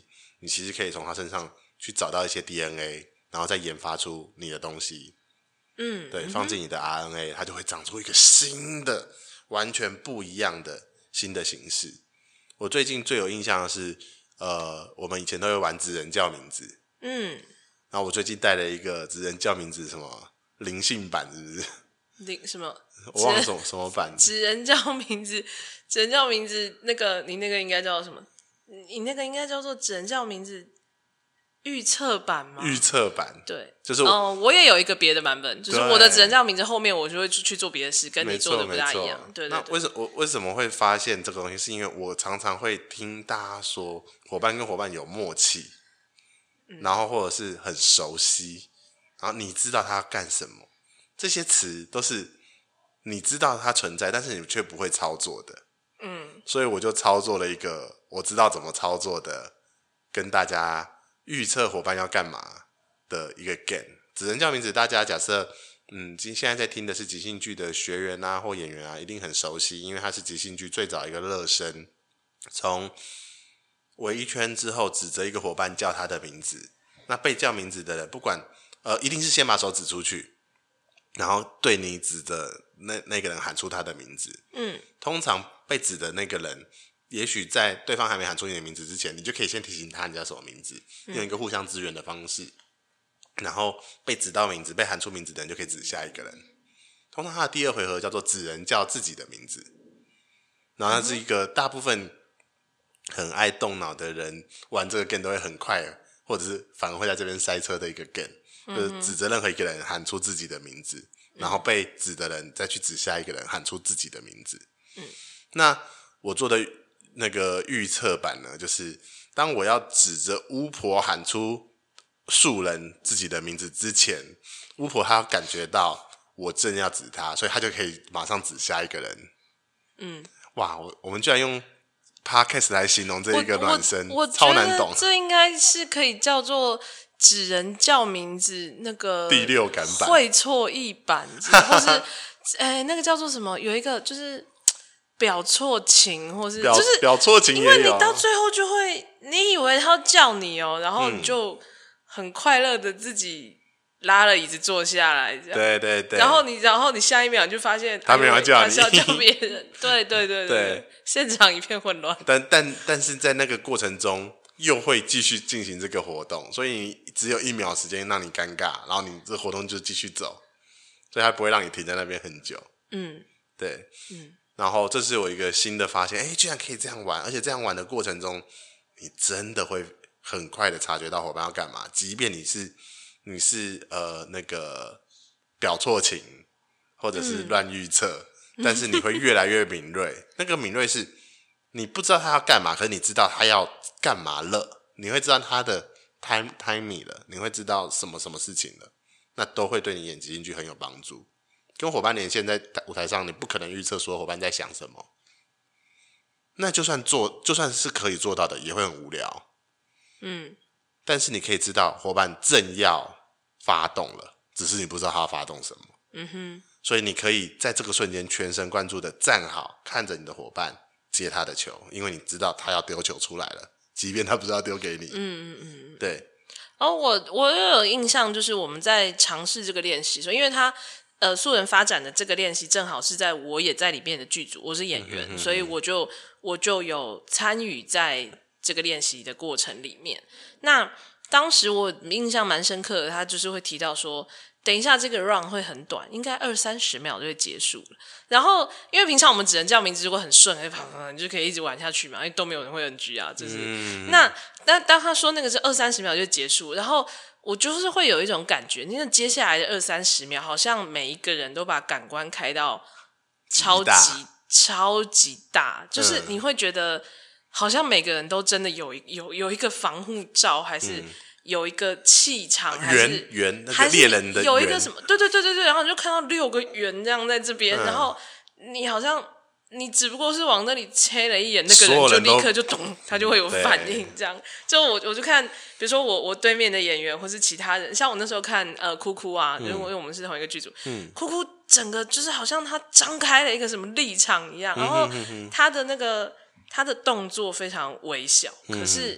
你其实可以从他身上去找到一些 D N A， 然后再研发出你的东西。嗯，对，放进你的 R N A， 它就会长出一个新的、完全不一样的新的形式。我最近最有印象的是，呃，我们以前都会玩职人叫名字，嗯，然后我最近带了一个职人叫名字，什么灵性版，是不是？ 灵什么？ 我忘了什么什么版。 职人叫名字，职人叫名字，那个你那个应该叫什么？你那个应该叫做职人叫名字预测版吗？ 预测版， 对， 就是我、 哦、我也有一个别的版本，就是我的职人叫名字后面我就会去做别的事，跟你做的不大一样。对对对。 那为什么我为什么会发现这个东西？是因为我常常会听大家说，伙伴跟伙伴有默契，嗯、然后或者是很熟悉，然后你知道他要干什么。这些词都是你知道它存在，但是你却不会操作的。嗯，所以我就操作了一个我知道怎么操作的，跟大家预测伙伴要干嘛的一个 game。职人叫名字，大家假设嗯，现在在听的是即兴剧的学员啊或演员啊，一定很熟悉，因为它是即兴剧最早一个热身。从围一圈之后，指着一个伙伴叫他的名字，那被叫名字的人，不管呃，一定是先把手指出去。然后对你指的那那个人喊出他的名字，嗯，通常被指的那个人，也许在对方还没喊出你的名字之前，你就可以先提醒他你叫什么名字，嗯、用一个互相支援的方式，然后被指到名字、被喊出名字的人就可以指下一个人。通常他的第二回合叫做指人叫自己的名字，然后那是一个大部分很爱动脑的人玩这个 game 都会很快，或者是反而会在这边塞车的一个 game。就是指着任何一个人喊出自己的名字，嗯、然后被指的人再去指下一个人喊出自己的名字。嗯，那我做的那个预测版呢，就是当我要指着巫婆喊出树人自己的名字之前，巫婆她要感觉到我正要指她，所以她就可以马上指下一个人。嗯，哇，我我们居然用 podcast 来形容这一个暖身，超难懂。 这应该是可以叫做指人叫名字那个第六感版会错意版，或是哎那个叫做什么？有一个就是表错情，或是表就是表错情也有， 因为你到最后就会，你以为他要叫你哦，然后你就很快乐的自己拉了椅子坐下来，这样对对对， 然后你然后你下一秒就发现他没有要叫你， 他是要叫别人，对对对 对, 对，现场一片混乱。 但但但是在那个过程中。又会继续进行这个活动，所以你只有一秒时间让你尴尬，然后你这活动就继续走，所以它不会让你停在那边很久。嗯，对，嗯，然后这是我一个新的发现，哎，居然可以这样玩，而且这样玩的过程中，你真的会很快的察觉到伙伴要干嘛，即便你是你是呃那个表错情或者是乱预测，嗯、但是你会越来越敏锐。那个敏锐是你不知道他要干嘛，可是你知道他要干嘛了，你会知道他的 time timing 了，你会知道什么什么事情了，那都会对你演即兴剧很有帮助。跟伙伴连线在舞台上，你不可能预测说伙伴在想什么，那就算做，就算是可以做到的，也会很无聊。嗯，但是你可以知道伙伴正要发动了，只是你不知道他要发动什么。嗯哼，所以你可以在这个瞬间全神贯注的站好，看着你的伙伴接他的球，因为你知道他要丢球出来了，即便他不是要丢给你。嗯嗯嗯，对。 然后我我又有印象，就是我们在尝试这个练习，因为他呃素人发展的这个练习，正好是在我也在里面的剧组，我是演员，嗯哼嗯哼，所以我就我就有参与在这个练习的过程里面。那当时我印象蛮深刻的，他就是会提到说，等一下这个 run 会很短，应该二三十秒就会结束了。然后因为平常我们只能叫名字，如果很顺，你就可以一直玩下去嘛，因为都没有人会 N G 啊，就是、嗯、那但当他说那个是二三十秒就结束，然后我就是会有一种感觉，因为接下来的二三十秒，好像每一个人都把感官开到超级超级大，就是你会觉得好像每个人都真的有有有一个防护罩，还是、嗯有一个气场，还是圆那个猎人的有一个什么？对对对对对，然后你就看到六个圆这样在这边、嗯，然后你好像你只不过是往那里切了一眼，那个人就立刻就咚，他就会有反应。这样，就我我就看，比如说我我对面的演员或是其他人，像我那时候看呃哭哭啊，因为、嗯、因为我们是同一个剧组，嗯，哭哭整个就是好像他张开了一个什么立场一样，然后他的那个他的动作非常微小，可是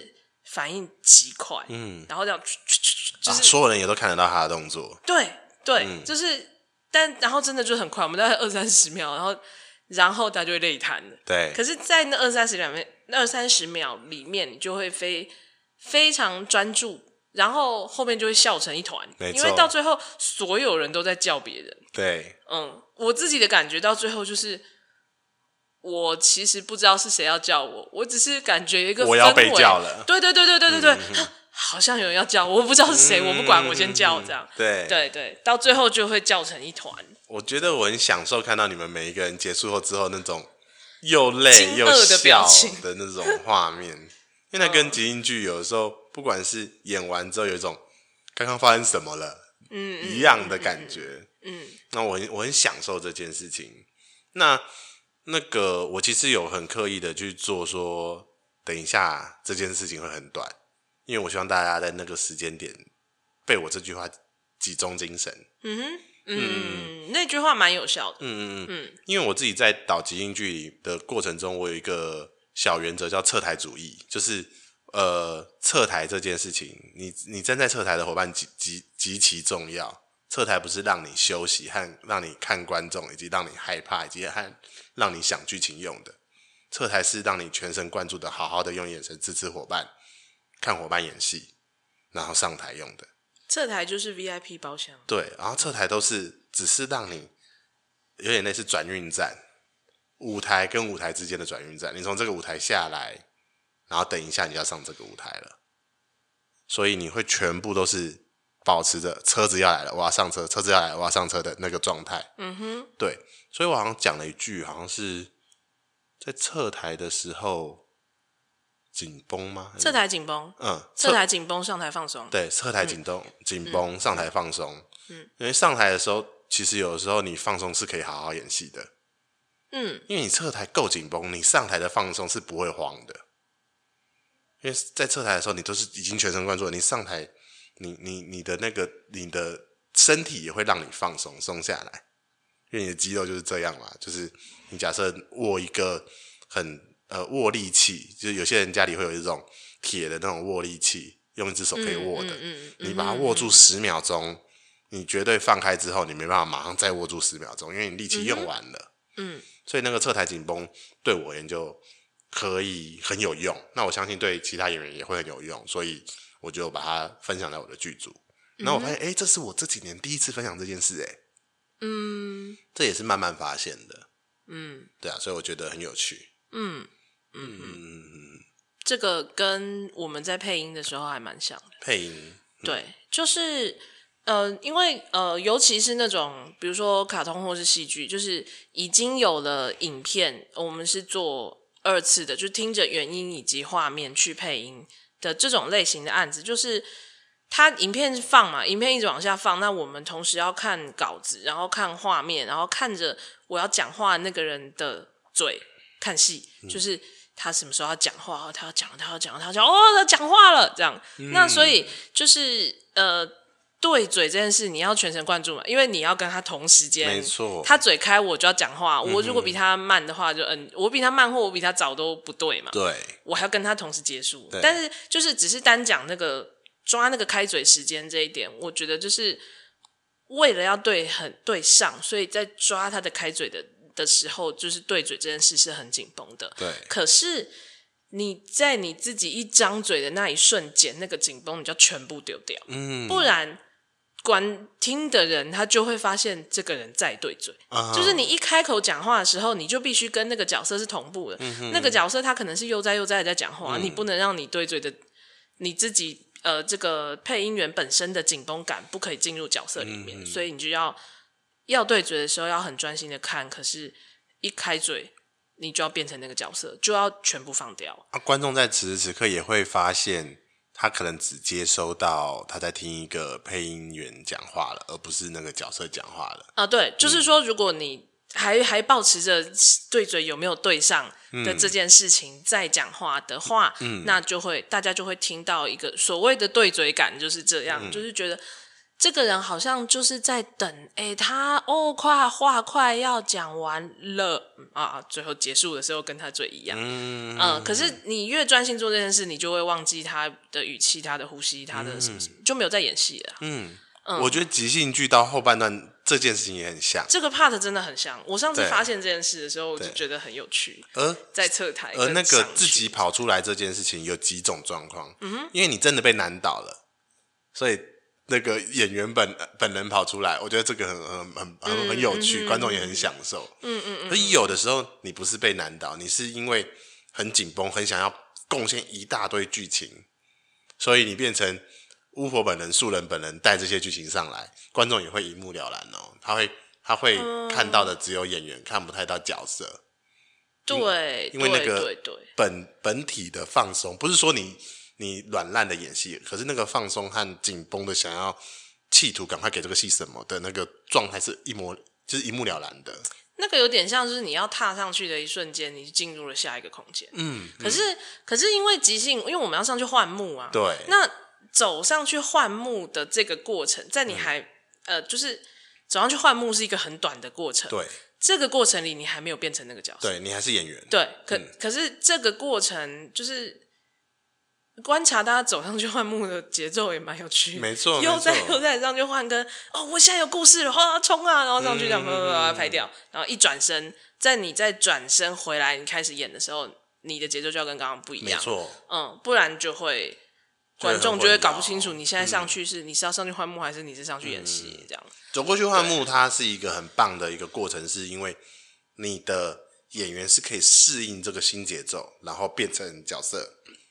反应极快，嗯，然后这样，就是、 啊、所有人也都看得到他的动作， 对对， 嗯、 就是，但然后真的就很快，我们大概二三十秒，然后然后他就会累瘫了， 对。 可是，在那二三十秒面，二三十秒里面，你就会非非常专注。然后后面就会笑成一团，因为到最后所有人都在叫别人。 对， 嗯，我自己的感觉到最后就是，我其实不知道是谁要叫我，我只是感觉一个氛围， 我要被叫了。 对对对对对对对，嗯、好像有人要叫我，我不知道是谁，嗯、我不管，我先叫这样。 对对对，到最后就会叫成一团。 我觉得我很享受看到你们每一个人结束后之后那种又累又笑的那种画面，因为那跟即兴剧有的时候。不管是演完之后有一种刚刚发生什么了，嗯，一样的感觉，嗯，嗯那我很我很享受这件事情。那那个我其实有很刻意的去做说，等一下这件事情会很短，因为我希望大家在那个时间点被我这句话集中精神。嗯哼， 嗯，嗯那句话蛮有效的。 嗯嗯嗯，因为我自己在导即兴剧的过程中，我有一个小原则叫撤台主义，就是。呃，撤台这件事情，你你站在撤台的伙伴极极极其重要。撤台不是让你休息和让你看观众，以及让你害怕，以及和让你想剧情用的。撤台是让你全神贯注的，好好的用眼神支持伙伴，看伙伴演戏，然后上台用的。 撤台就是 V I P 包厢。 对，然后撤台都是只是让你有点类似转运站，舞台跟舞台之间的转运站。你从这个舞台下来。然后等一下你就要上这个舞台了，所以你会全部都是保持着车子要来了，我要上车，车子要来了，我要上车的那个状态。嗯哼，对，所以我好像讲了一句，好像是在撤台的时候紧绷吗？ 撤台紧绷，嗯，撤台紧绷，上台放松。 对，撤台紧绷，紧绷，上台放松。嗯，因为上台的时候，其实有的时候你放松是可以好好演戏的。嗯，因为你撤台够紧绷，你上台的放松是不会慌的。因为在撤台的时候，你都是已经全神贯注了。你上台，你你你的那个你的身体也会让你放松松下来，因为你的肌肉就是这样嘛。就是你假设握一个很呃握力器，就是有些人家里会有一种铁的那种握力器，用一只手可以握的。嗯嗯嗯、你把它握住十秒钟，你绝对放开之后，你没办法马上再握住十秒钟，因为你力气用完了。嗯，所以那个撤台紧绷对我而言就。可以很有用，那我相信对其他演员也会很有用，所以我就把它分享在我的剧组。然后我发现，哎、嗯欸，这是我这几年第一次分享这件事、欸，哎，嗯，这也是慢慢发现的，嗯，对啊，所以我觉得很有趣，嗯嗯嗯嗯，这个跟我们在配音的时候还蛮像的， 配音， 嗯、对，就是呃，因为呃，尤其是那种比如说卡通或是戏剧，就是已经有了影片，我们是做。二次的，就听着原音以及画面去配音的这种类型的案子，就是它影片放嘛，影片一直往下放，那我们同时要看稿子，然后看画面，然后看着我要讲话那个人的嘴看戏，嗯、就是他什么时候要讲话，他要讲，他要讲，他要讲，哦，他讲话了，这样。嗯、那所以就是呃。对嘴这件事你要全神贯注嘛，因为你要跟他同时间， 没错， 他嘴开我就要讲话，我如果比他慢的话就嗯，我比他慢或我比他早都不对嘛， 对， 我还要跟他同时结束。但是就是只是单讲那个抓那个开嘴时间这一点，我觉得就是为了要对很对上，所以在抓他的开嘴的的时候，就是对嘴这件事是很紧绷的。 对， 可是你在你自己一张嘴的那一瞬间，那个紧绷你就要全部丢掉，嗯，不然。观听的人他就会发现这个人在对嘴、uh-huh. 就是你一开口讲话的时候你就必须跟那个角色是同步的、嗯、那个角色他可能是悠哉悠哉的在讲话、嗯、你不能让你对嘴的你自己呃这个配音员本身的紧绷感不可以进入角色里面、嗯、所以你就要要对嘴的时候要很专心的看，可是一开嘴你就要变成那个角色，就要全部放掉、 啊、观众在此时此刻也会发现他可能只接收到他在听一个配音员讲话了，而不是那个角色讲话了。 啊，对，就是说，如果你还还抱持着对嘴有没有对上的这件事情在讲话的话、嗯，那就会大家就会听到一个所谓的对嘴感，就是这样，嗯、就是觉得这个人好像就是在等，哎，他哦，快话快要讲完了啊，最后结束的时候跟他嘴一样。嗯, 嗯可是你越专心做这件事，你就会忘记他的语气、他的呼吸、他的什么什么，嗯、就没有在演戏了。嗯, 嗯我觉得即兴剧到后半段这件事情也很像， 这个 part 真的很像。我上次发现这件事的时候，我就觉得很有趣。而在侧台， 而那个自己跑出来这件事情有几种状况，嗯，因为你真的被难倒了，所以。那个演员本本人跑出来，我觉得这个很很很很很有趣，嗯、观众也很享受。嗯嗯嗯。而有的时候你不是被难倒，你是因为很紧绷，很想要贡献一大堆剧情，所以你变成巫婆本人、素人本人带这些剧情上来，观众也会一目了然哦。他会他会看到的只有演员，看不太到角色。 对， 因为那个对对对本本体的放松，不是说你。你软烂的演戏，可是那个放松和紧绷的想要企图赶快给这个戏什么的那个状态是一模就是一目了然的。 那个有点像是你要踏上去的一瞬间，你进入了下一个空间。嗯，可是、嗯、可是因为即兴，因为我们要上去换幕啊。 对。 那走上去换幕的这个过程，在你还、嗯、呃，就是走上去换幕是一个很短的过程。 对。 这个过程里，你还没有变成那个角色。 对，你还是演员。 对，可、嗯、可是这个过程就是。观察大家走上去换幕的节奏也蛮有趣的， 没错， 又在又在上去换跟哦，我现在有故事了，啊冲啊，然后上去这样啪啪啪拍掉，然后一转身，在你再转身回来，你开始演的时候，你的节奏就要跟刚刚不一样， 没错， 嗯，不然就会观众就会搞不清楚你现在上去是、嗯、你是要上去换幕还是你是上去演戏、嗯、这样。 走过去换幕，它是一个很棒的一个过程，是因为你的演员是可以适应这个新节奏，然后变成角色。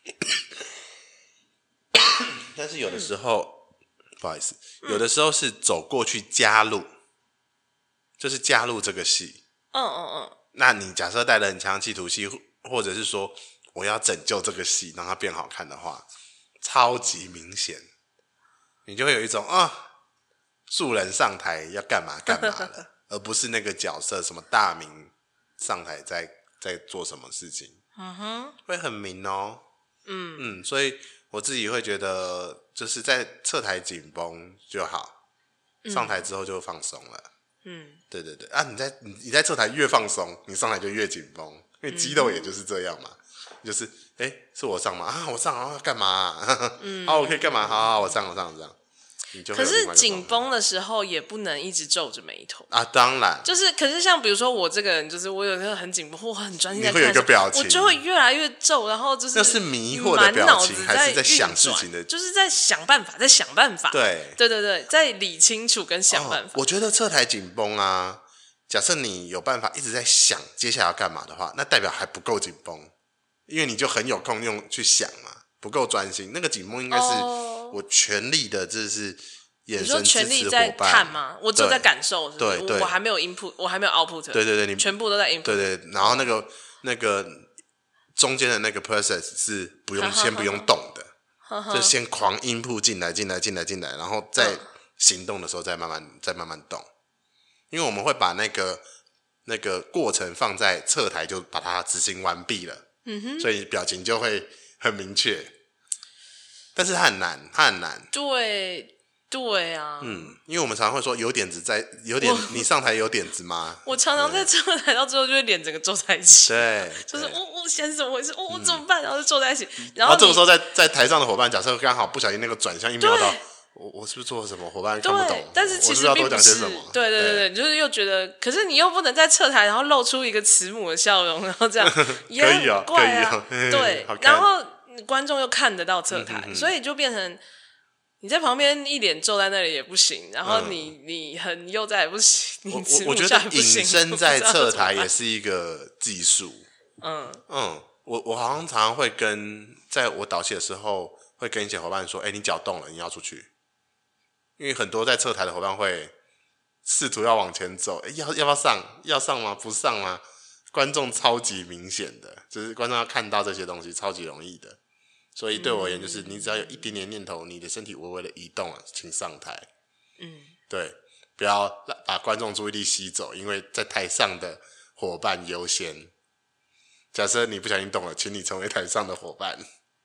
但是有的时候、嗯、不好意思，有的时候是走过去加入，就是加入这个戏。嗯嗯嗯。那你假设带了很强企图戏，或者是说我要拯救这个戏，让它变好看的话，超级明显，你就会有一种啊，素人上台要干嘛干嘛了，而不是那个角色什么大名上台在在做什么事情。嗯哼，会很明哦。嗯嗯，所以。我自己会觉得，就是在侧台紧绷就好，上台之后就放松了。嗯，对对对啊，你在你你在侧台越放松，你上台就越紧绷，因为肌肉也就是这样嘛。嗯、就是哎，是我上吗？啊，我上啊，干嘛、啊？嗯，好，我可以干嘛？好好，我上，我上，这样。 可是紧绷的时候也不能一直皱着眉头啊，当然， 就是可是像比如说我这个人，就是我有一个很紧绷或很专心在看， 你会有一个表情， 我就会越来越皱，然后就是那是迷惑的表情，还是在想事情的， 就是在想办法，在想办法， 对对对对，在理清楚跟想办法。 哦、我觉得侧台紧绷啊，假设你有办法一直在想接下来要干嘛的话，那代表还不够紧绷，因为你就很有空用去想嘛，不够专心。那个紧绷应该是我全力的，这是。 你说全力在看吗？我只有在感受是不是，对对，我还没有 input， 我还没有 output。 对对对，你全部都在 input。 对对，然后那个那个中间的那个 process 是不用先不用动的，就先狂 input 进来进来进来进来，然后在行动的时候再慢慢再慢慢动。因为我们会把那个那个过程放在侧台，就把它执行完毕了。嗯哼，所以表情就会很明确。但是它很难，它很难。 对。对啊， 嗯，因为我们常常会说有点子在，有点你上台有点子吗？ 我常常在侧台到最后就会脸整个皱在一起， 对， 就是我我现在是怎么回事？我我怎么办？然后就皱在一起， 然后这个时候在在台上的伙伴，假设刚好不小心那个转向一瞄到，我我是不是做了什么？伙伴看不懂， 但是其实并不是，对对对对，就是又觉得，可是你又不能在侧台，然后露出一个慈母的笑容，然后这样也很怪啊，对，然后观众又看得到侧台，所以就变成。你在旁边一脸皱在那里也不行，然后你、嗯、你很悠哉也不行，你我我觉得隐身在侧台也是一个技术。嗯嗯，我我好像常常会跟在我导戏的时候会跟一些伙伴说，哎、欸，你脚动了，你要出去，因为很多在侧台的伙伴会试图要往前走，哎、欸，要要不要上？要上吗？不上吗？观众超级明显的，就是观众要看到这些东西超级容易的。所以对我而言，就是你只要有一点点念头，你的身体微微的移动了，请上台。嗯，对，不要把观众注意力吸走，因为在台上的伙伴优先。假设你不小心动了，请你成为台上的伙伴。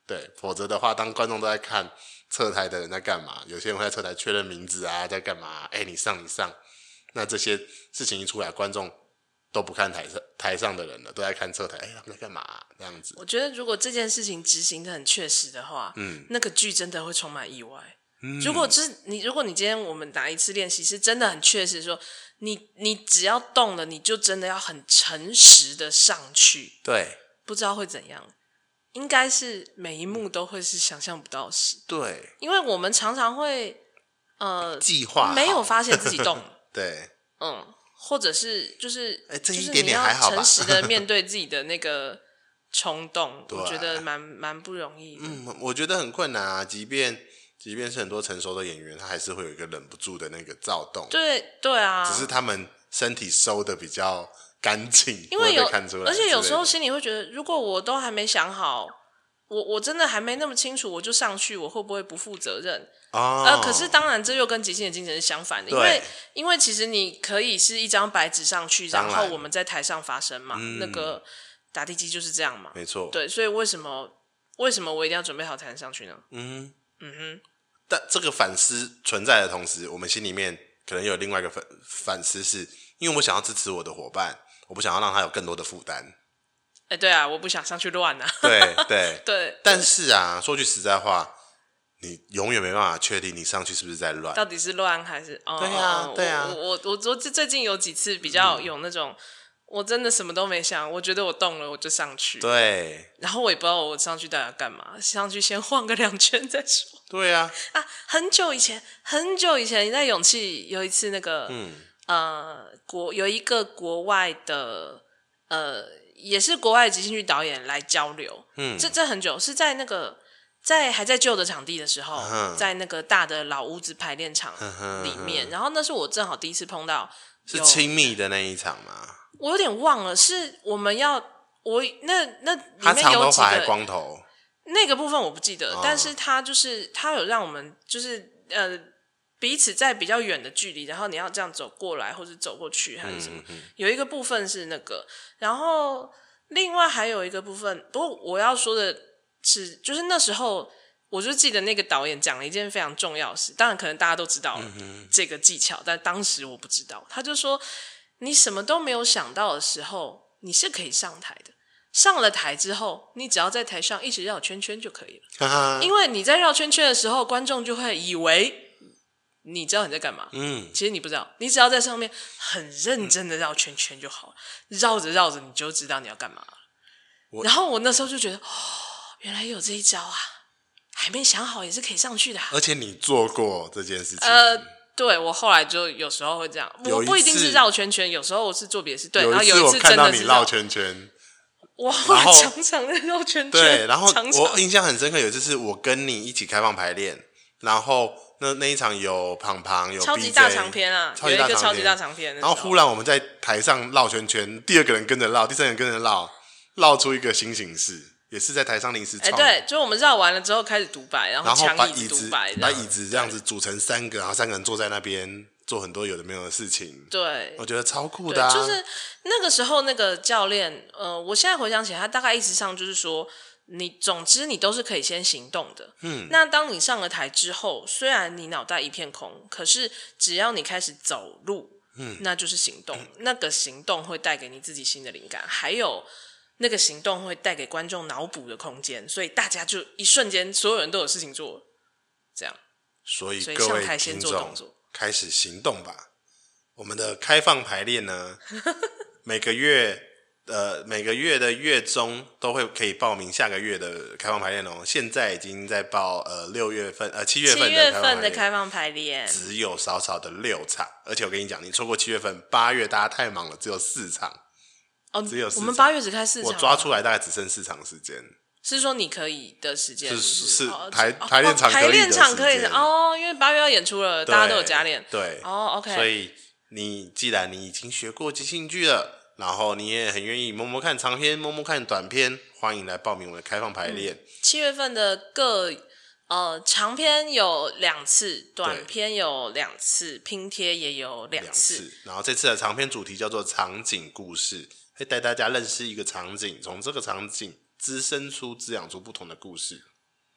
对，否则的话，当观众都在看侧台的人在干嘛，有些人会在侧台确认名字啊，在干嘛？哎、欸，你上你上，那这些事情一出来，观众都不看台上台上的人了，都在看侧台，哎、欸，他们在干嘛、啊？这样子。 我觉得如果这件事情执行的很确实的话，嗯，那个剧真的会充满意外。嗯、如果就是你，如果你今天我们打一次练习是真的很确实说，你你只要动了，你就真的要很诚实的上去。 对， 不知道会怎样。应该是每一幕都会是想象不到的事。 对， 因为我们常常会呃计划没有发现自己动。 对， 嗯，或者是就是， 哎、欸，这一点点还好吧？ 诚实的面对自己的那个冲动，我觉得蛮蛮不容易的。 嗯，我觉得很困难啊，即便。即便是很多成熟的演员，他还是会有一个忍不住的那个躁动。 对对啊， 只是他们身体收的比较干净， 因为有被看出来。 而且有时候心里会觉得，如果我都还没想好，我我真的还没那么清楚，我就上去，我会不会不负责任？ 哦， 呃，可是当然，这又跟即兴的精神是相反的，因为因为其实你可以是一张白纸上去，然后我们在台上发生嘛，嗯、那个打地基就是这样嘛， 没错。 对，所以为什么为什么我一定要准备好才能上去呢？ 嗯嗯哼。 但这个反思存在的同时，我们心里面可能有另外一个反反思是，因为我想要支持我的伙伴，我不想要让他有更多的负担。 哎、欸，对啊，我不想上去乱啊。 对对对。 但是啊，说句实在话，你永远没办法确定你上去是不是在乱， 到底是乱还是……哦、 对啊，对啊。 我我我我最近有几次比较有那种。嗯，我真的什么都没想，我觉得我动了，我就上去。 对， 然后我也不知道我上去到底要干嘛，上去先晃个两圈再说。 对啊， 啊，很久以前，很久以前，你在勇气有一次那个，嗯，呃，国有一个国外的，呃，也是国外即兴剧导演来交流，嗯，这这很久，是在那个在还在旧的场地的时候，嗯、在那个大的老屋子排练场里面，嗯、然后那是我正好第一次碰到， 是亲密的那一场吗？ 我有点忘了，是我们要我那那里面有几个，他长头发还光头， 那个部分我不记得，哦、但是他就是他有让我们就是呃彼此在比较远的距离，然后你要这样走过来或者走过去还是什么，嗯嗯有一个部分是那个，然后另外还有一个部分，不过我要说的是，就是那时候我就记得那个导演讲了一件非常重要的事，当然可能大家都知道了这个技巧，嗯、但当时我不知道，他就说。你什么都没有想到的时候，你是可以上台的。上了台之后，你只要在台上一直绕圈圈就可以了。因为你在绕圈圈的时候，观众就会以为你知道你在干嘛。嗯，其实你不知道，你只要在上面很认真的绕圈圈就好了。绕着绕着你就知道你要干嘛了。然后我那时候就觉得，哦，原来有这一招啊！还没想好也是可以上去的、啊。 而且你做过这件事情。 呃。对，我后来就有时候会这样，我不一定是绕圈圈，有时候我是做别的事。对，然后有一次真的是绕圈圈， 哇，常常在绕圈圈。 对，然后我印象很深刻，有一次是我跟你一起开放排练，然后那那一场有胖胖，有 B J, 超级大长篇啊，有一个超级大长篇。 然后忽然我们在台上绕圈圈，第二个人跟着绕，第三个人跟着绕，绕出一个新形式。也是在台上临时创， 哎，对，就我们绕完了之后开始独白，然后抢椅子独白， 把椅子这样子组成三个，然后三个人坐在那边做很多有的没有的事情。 对， 我觉得超酷的、啊。 就是那个时候那个教练，呃，我现在回想起来，他大概意思上就是说，你总之你都是可以先行动的。嗯，那当你上了台之后，虽然你脑袋一片空，可是只要你开始走路，嗯，那就是行动。嗯、那个行动会带给你自己新的灵感，还有。那个行动会带给观众脑补的空间，所以大家就一瞬间所有人都有事情做，这样。 所以各位听众开始行动吧！我们的开放排练呢，每个月呃每个月的月中都会可以报名下个月的开放排练哦。现在已经在报呃六月份呃七月份的七月份的开放排练， 只有少少的六场，而且我跟你讲，你错过七月份，八月大家太忙了，只有四场。 哦， 只有我们八月只开四场， 我抓出来大概只剩四场时间。 是说你可以的时间， 是是、 哦、 排排练场可以的时间，排练场可以的哦，因为八月要演出了，大家都有加练。 对， 哦 ，OK。 所以你既然你已经学过即兴剧了，然后你也很愿意摸摸看长篇，摸摸看短篇，欢迎来报名我的开放排练。 七、嗯、月份的各呃长篇有两次，短篇有两次，拼贴也有两次。 次然后这次的长篇主题叫做场景故事。会带大家认识一个场景，从这个场景滋生出、滋养出不同的故事。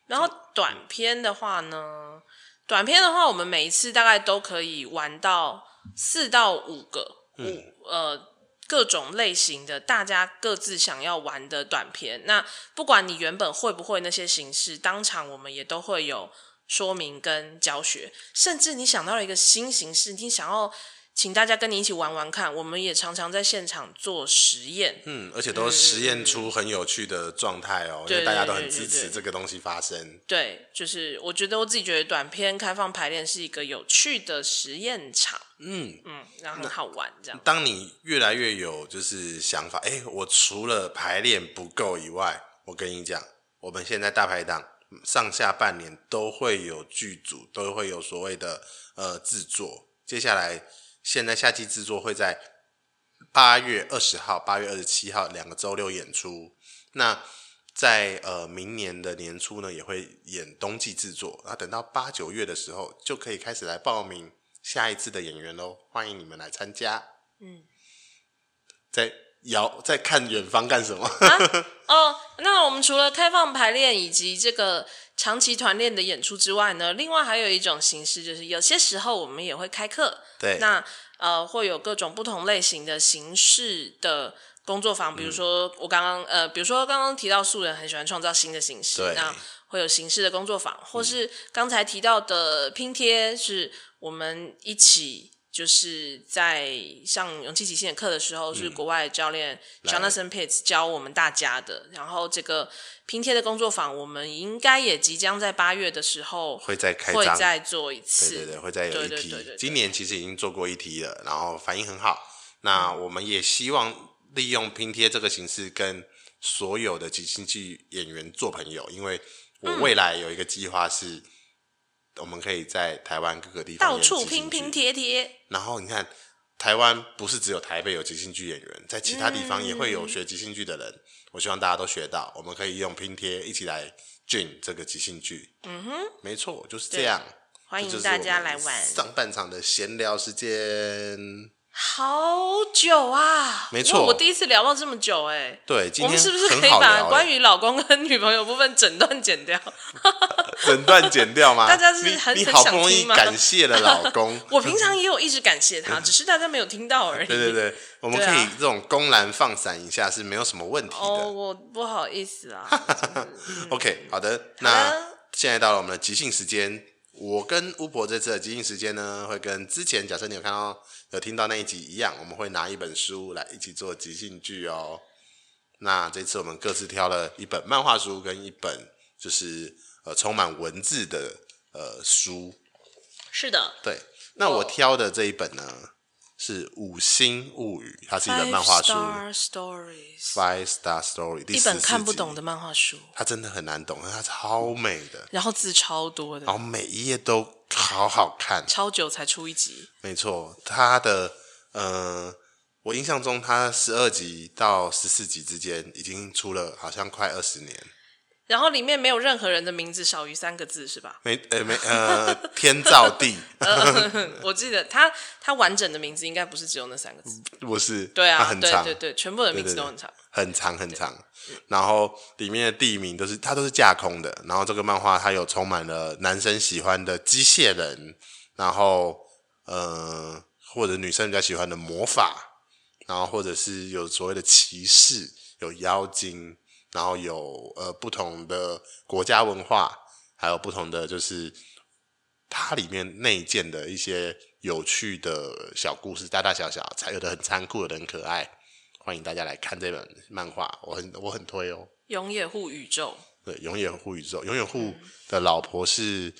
然后短篇的话呢，短篇的话，我们每一次大概都可以玩到四到五个，嗯、五呃各种类型的，大家各自想要玩的短篇。那不管你原本会不会那些形式，当场我们也都会有说明跟教学。甚至你想到了一个新形式，你想要请大家跟你一起玩玩看，我们也常常在现场做实验， 嗯，而且都实验出很有趣的状态哦，因为大家都很支持这个东西发生。 对，就是我觉得我自己觉得短篇开放排练是一个有趣的实验场，嗯嗯，然后很好玩这样。 当你越来越有就是想法，哎，我除了排练不够以外，我跟你讲，我们现在大排档上下半年都会有剧组，都会有所谓的呃制作，接下来。现在夏季制作会在八月二十号、八月二十七号两个周六演出。那在呃明年的年初呢，也会演冬季制作。那等到八九月的时候，就可以开始来报名下一次的演员喽。欢迎你们来参加。嗯，在摇在看远方干什么？ 啊、哦，那我们除了开放排练以及这个长期团练的演出之外呢，另外还有一种形式，就是有些时候我们也会开课。 对， 那呃会有各种不同类型的形式的工作坊，比如说我刚刚呃，比如说刚刚提到素人很喜欢创造新的形式，那会有形式的工作坊，或是刚才提到的拼贴，是我们一起。就是在上勇气即兴的课的时候，是国外教练 Jonathan Pitts 教我们大家的。然后这个拼贴的工作坊，我们应该也即将在八月的时候会再开张， 会再做一次。 对对对，会再有一题。 对对对对对， 今年其实已经做过一题了，然后反应很好。那我们也希望利用拼贴这个形式，跟所有的即兴剧演员做朋友，因为我未来有一个计划是。嗯我们可以在台湾各个地方到处拼拼贴贴， 然后你看，台湾不是只有台北有即兴剧演员，在其他地方也会有学即兴剧的人。嗯、我希望大家都学到，我们可以用拼贴一起来进这个即兴剧。嗯哼，没错，就是这样。 欢迎大家来玩。 上半场的闲聊时间。 好久啊！ 没错， 我第一次聊到这么久哎、欸。 对，今天我们是不是可以把关于老公跟女朋友部分整段剪掉？ 整段剪掉吗？ 大家是很你你好不容易感谢了老公， 我平常也有一直感谢他，只是大家没有听到而已。 对对对，我们可以这种公然放闪一下是没有什么问题的。 哦，我不好意思啊。 嗯、OK， 好的，那现在到了我们的即兴时间。我跟巫婆这次的即兴时间呢，会跟之前假设你有看到有听到那一集一样，我们会拿一本书来一起做即兴剧哦。那这次我们各自挑了一本漫画书跟一本就是呃充满文字的呃书。 是的， 对。那我挑的这一本呢是《五星物语》，它是一本漫画书。 Five Star Stories。 Five Star Story， 一本看不懂的漫画书。 它真的很难懂，它超美的， 然后字超多的， 然后每一页都好好看， 超久才出一集。 没错，它的呃，我印象中它十二集到十四集之间已经出了，好像快二十年。 然后里面没有任何人的名字少于三个字，是吧？ 没呃没呃，天造地。 呃、我记得他他完整的名字应该不是只有那三个字。 不是， 对啊， 它很长， 对对对，全部的名字都很长， 对对对，很长很长。然后里面的地名都是它都是架空的。然后这个漫画它有充满了男生喜欢的机械人，然后呃或者女生比较喜欢的魔法，然后或者是有所谓的骑士，有妖精。然后有呃不同的国家文化，还有不同的就是它里面内建的一些有趣的小故事，大大小小，才有的很残酷，有的很可爱。欢迎大家来看这本漫画，我很我很推哦。 永野护宇宙， 对，永野护宇宙，永野护的老婆是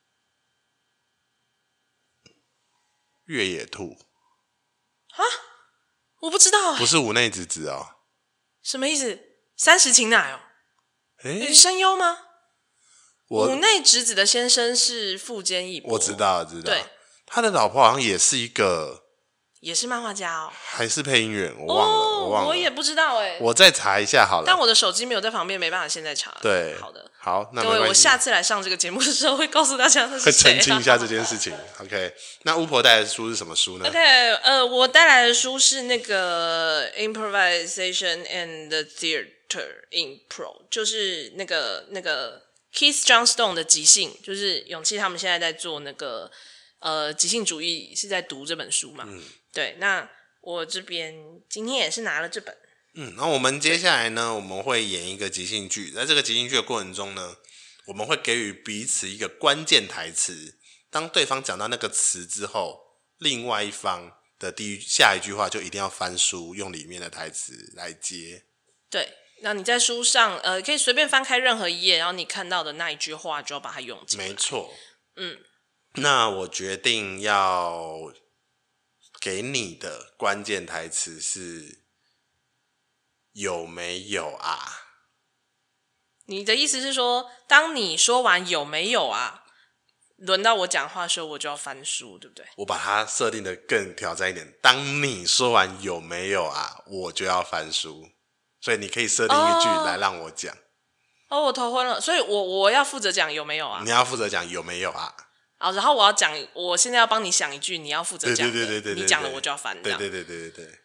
越野兔。 哈，我不知道、欸， 不是五内直子哦。 什么意思？三十情乃哦，诶，声优吗？五内直子的先生是富坚义博， 我知道，知道。 对， 他的老婆好像也是一个， 也是漫画家哦， 还是配音员，我忘了， 哦、 我忘了， 我也不知道哎， 我再查一下好了。 但我的手机没有在旁边，没办法现在查。 对， 好的， 好，那各位，我下次来上这个节目的时候会告诉大家他是会谁、啊， 澄清一下这件事情。OK， 那巫婆带来的书是什么书呢 ？OK， 呃，我带来的书是那个 Improvisation and Theater in Pro， 就是那个那个 Keith Johnstone 的即兴，就是勇气他们现在在做那个呃即兴主义，是在读这本书嘛？嗯，对。那我这边今天也是拿了这本。 嗯，那我们接下来呢，我们会演一个即兴剧，在这个即兴剧的过程中呢，我们会给予彼此一个关键台词，当对方讲到那个词之后，另外一方的第一下一句话就一定要翻书，用里面的台词来接。 对，那你在书上呃可以随便翻开任何一页，然后你看到的那一句话就要把它用进来。 没错。 嗯， 那我决定要给你的关键台词是有没有啊？ 你的意思是说，当你说完有没有啊，轮到我讲话的时候，我就要翻书，对不对？ 我把它设定的更挑战一点，当你说完有没有啊，我就要翻书，所以你可以设定一句来让我讲。 哦，我头昏了，所以我我要负责讲有没有啊？ 你要负责讲有没有啊？ 好，然后我要讲，我现在要帮你想一句，你要负责讲的， 对对对对对对， 你讲了我就要翻， 对对对对对对。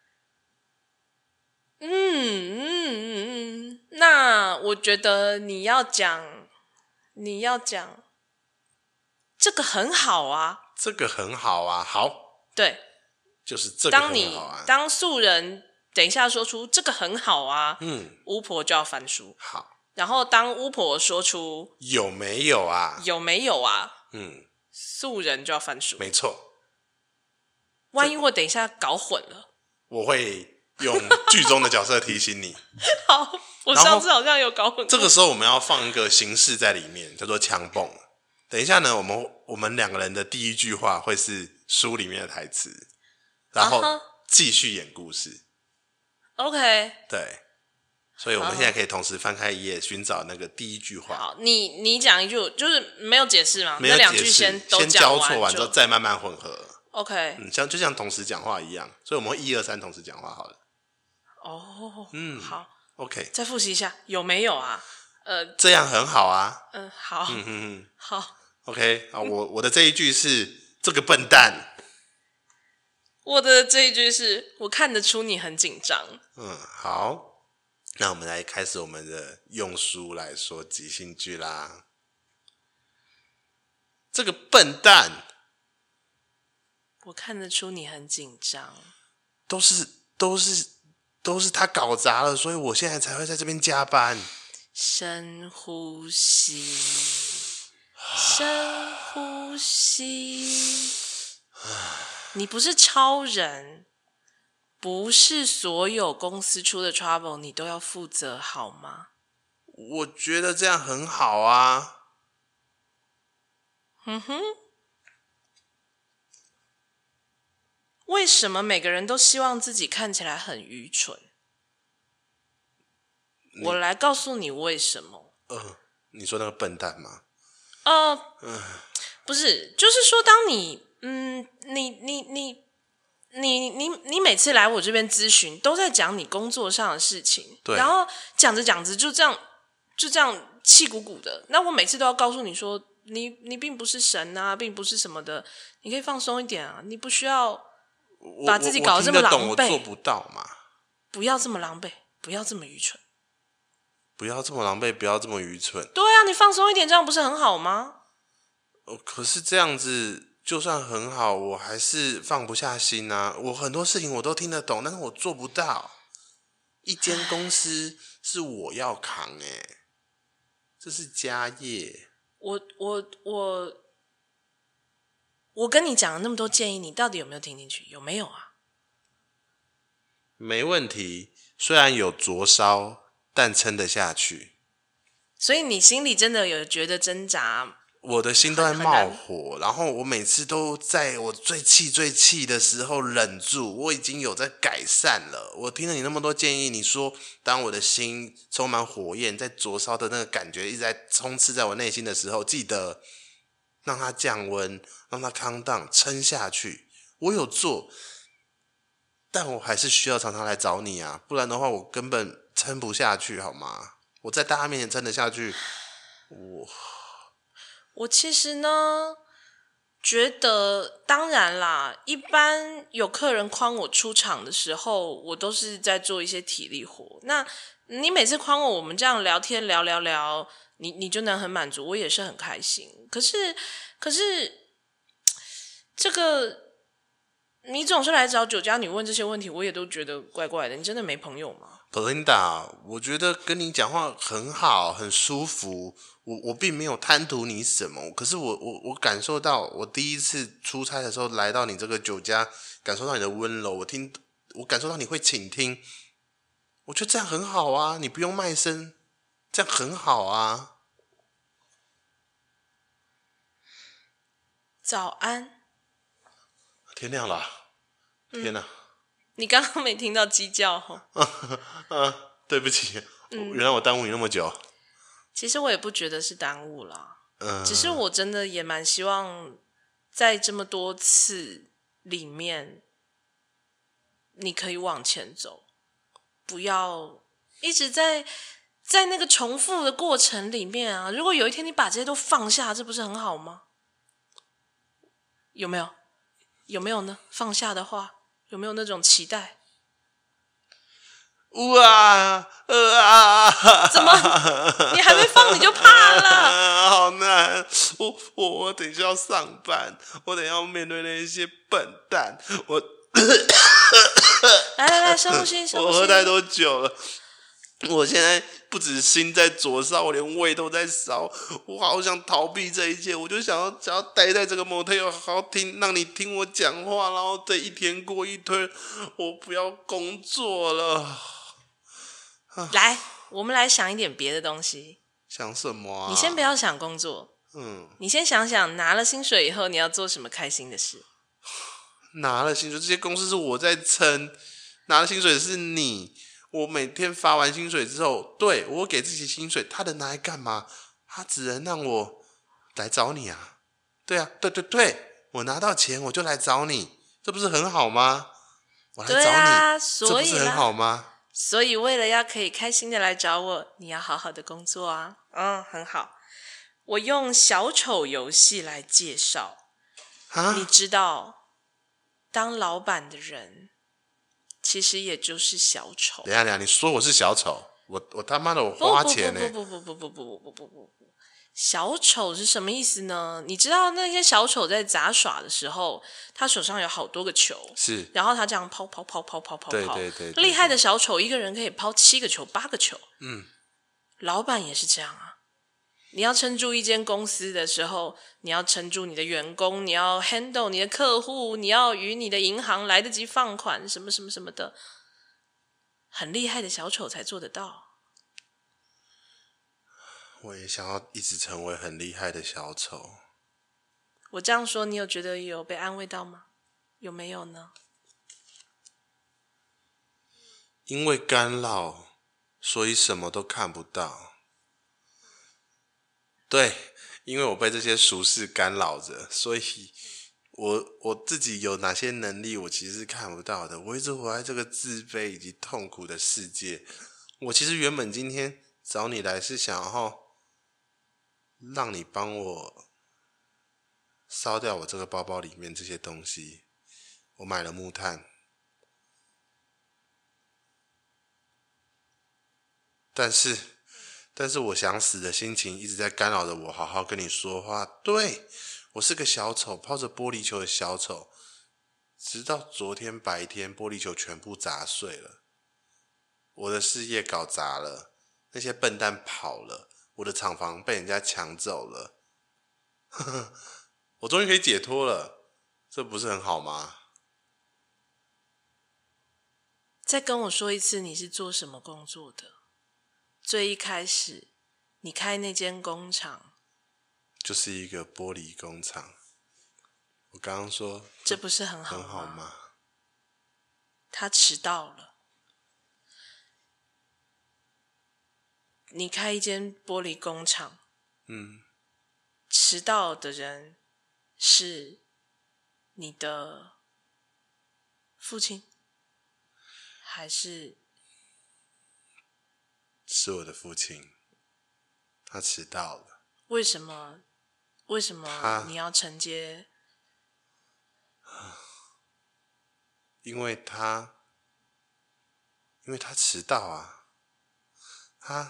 嗯嗯嗯嗯，那我觉得你要讲，你要讲，这个很好啊， 这个很好啊，好， 对， 就是这个很好啊。 当你当素人等一下说出这个很好啊，嗯，巫婆就要翻书， 好， 然后当巫婆说出有没有啊， 有没有啊， 嗯， 素人就要翻书， 没错。 万一我等一下搞混了， 我会用剧中的角色提醒你。 好，我上次好像有搞混。 这个时候我们要放一个形式在里面，叫做枪蹦。等一下呢，我们我们两个人的第一句话会是书里面的台词，然后继续演故事。 Uh-huh. OK。 对，所以我们现在可以同时翻开一页，寻找那个第一句话。 好，你你讲一句，就是没有解释吗？ 没有解释， 那两句先都先交错完之后再慢慢混合。 OK。 嗯，像就像同时讲话一样，所以我们会一二三同时讲话好了。 哦，嗯，好 ，OK， 再复习一下，有没有啊？呃， 这样很好啊。 嗯，好，嗯嗯嗯，好 ，OK 啊，我我的这一句是这个笨蛋。 我的这一句是我看得出你很紧张。 嗯，好，那我们来开始我们的用书来说即兴剧啦。这个笨蛋， 我看得出你很紧张。 都是都是。都是他搞砸了，所以我现在才会在这边加班。 深呼吸，深呼吸。你不是超人，不是所有公司出的 trouble 你都要负责，好吗？ 我觉得这样很好啊。 嗯哼。为什么每个人都希望自己看起来很愚蠢？我来告诉你为什么。 呃，你说那个笨蛋吗？ 呃，嗯、不是，就是说，当你，嗯，你你你你你你每次来我这边咨询，都在讲你工作上的事情， 对， 然后讲着讲着就这样就这样气鼓鼓的。那我每次都要告诉你说，你你并不是神啊，并不是什么的，你可以放松一点啊，你不需要。把自己搞得这么狼狈， 我做不到嘛？ 不要这么狼狈，不要这么愚蠢， 不要这么狼狈，不要这么愚蠢。 对啊，你放松一点，这样不是很好吗？ 哦，可是这样子就算很好，我还是放不下心啊。我很多事情我都听得懂，但是我做不到。一间公司是我要扛、欸，哎，这是家业。 我我我。我跟你讲了那么多建议，你到底有没有听进去？有没有啊？ 没问题，虽然有灼烧，但撑得下去。 所以你心里真的有觉得挣扎？ 我的心都在冒火，然后我每次都在我最气最气的时候忍住。我已经有在改善了。我听了你那么多建议，你说当我的心充满火焰，在灼烧的那个感觉一直在充斥在我内心的时候，记得让它降温，让它calm down，撑下去。我有做，但我还是需要常常来找你啊，不然的话我根本撑不下去，好吗？我在大家面前撑得下去，我我其实呢， 觉得当然啦，一般有客人诓我出场的时候，我都是在做一些体力活。那你每次诓我，我们这样聊天聊聊聊，你你就能很满足，我也是很开心。可是可是这个你总是来找酒家，你问这些问题，我也都觉得怪怪的。你真的没朋友吗 Belinda， 我觉得跟你讲话很好，很舒服。我我并没有贪图你什么，可是我我我感受到，我第一次出差的时候来到你这个酒家，感受到你的温柔，我听我感受到你会倾听，我觉得这样很好啊，你不用卖身，这样很好啊。 早安， 天亮了，天哪！ 嗯、你刚刚没听到鸡叫吼？ 啊，对不起，嗯、原来我耽误你那么久。 其实我也不觉得是耽误啦， 嗯、 只是我真的也蛮希望在这么多次里面，你可以往前走，不要一直在在那个重复的过程里面啊。如果有一天你把这些都放下，这不是很好吗？有没有？有没有呢？放下的话，有没有那种期待？ 哇呃啊！ 怎么？你还没放你就怕了？ 好难！我我我等一下要上班，我等一下要面对那些笨蛋。我来来来，深呼吸，深呼吸。 我喝太多酒了，我现在不止心在灼烧，我连胃都在烧。我好想逃避这一切，我就想要想要待在这个 motel， 好好听，让你听我讲话，然后这一天过一天，我不要工作了。 来，我们来想一点别的东西。 想什么啊？ 你先不要想工作，嗯，你先想想拿了薪水以后你要做什么开心的事。 拿了薪水，这些公司是我在撑，拿了薪水是你。我每天发完薪水之后，对，我给自己薪水，他能拿来干嘛？他只能让我来找你啊。对啊，对对对，我拿到钱我就来找你，这不是很好吗？我来找你， 对啊，所以这不是很好吗？ 所以为了要可以开心的来找我，你要好好的工作啊。嗯，很好。我用小丑游戏来介绍，你知道，当老板的人其实也就是小丑。 等一下，等一下，你说我是小丑，我我他妈的我花钱呢、欸？ 不不不不不不不不不不不，小丑是什么意思呢？你知道那些小丑在杂耍的时候，他手上有好多个球， 是， 然后他这样抛抛抛抛抛抛抛， 对对 对, 对, 对， 厉害的小丑一个人可以抛七个球、八个球。 嗯， 老板也是这样啊。你要撑住一间公司的时候，你要撑住你的员工，你要 handle 你的客户，你要与你的银行来得及放款，什么什么什么的，很厉害的小丑才做得到。 我也想要一直成为很厉害的小丑。 我这样说，你有觉得有被安慰到吗？有没有呢？ 因为干扰，所以什么都看不到。对，因为我被这些俗事干扰着，所以我我自己有哪些能力，我其实是看不到的。我一直活在这个自卑以及痛苦的世界。我其实原本今天找你来是想要让你帮我烧掉我这个包包里面这些东西。我买了木炭，但是但是我想死的心情一直在干扰着我好好跟你说话。对，我是个小丑，抛着玻璃球的小丑，直到昨天白天玻璃球全部砸碎了，我的事业搞砸了，那些笨蛋跑了，我的厂房被人家抢走了，呵呵，我终于可以解脱了，这不是很好吗？ 再跟我说一次，你是做什么工作的？最一开始，你开那间工厂， 就是一个玻璃工厂。我刚刚说， 这不是很好吗？ 很好吗？ 他迟到了。你开一间玻璃工厂， 嗯， 迟到的人是你的父亲，还是？ 是我的父亲，他迟到了。 为什么？为什么你要承接因为他，因为他迟到啊，他，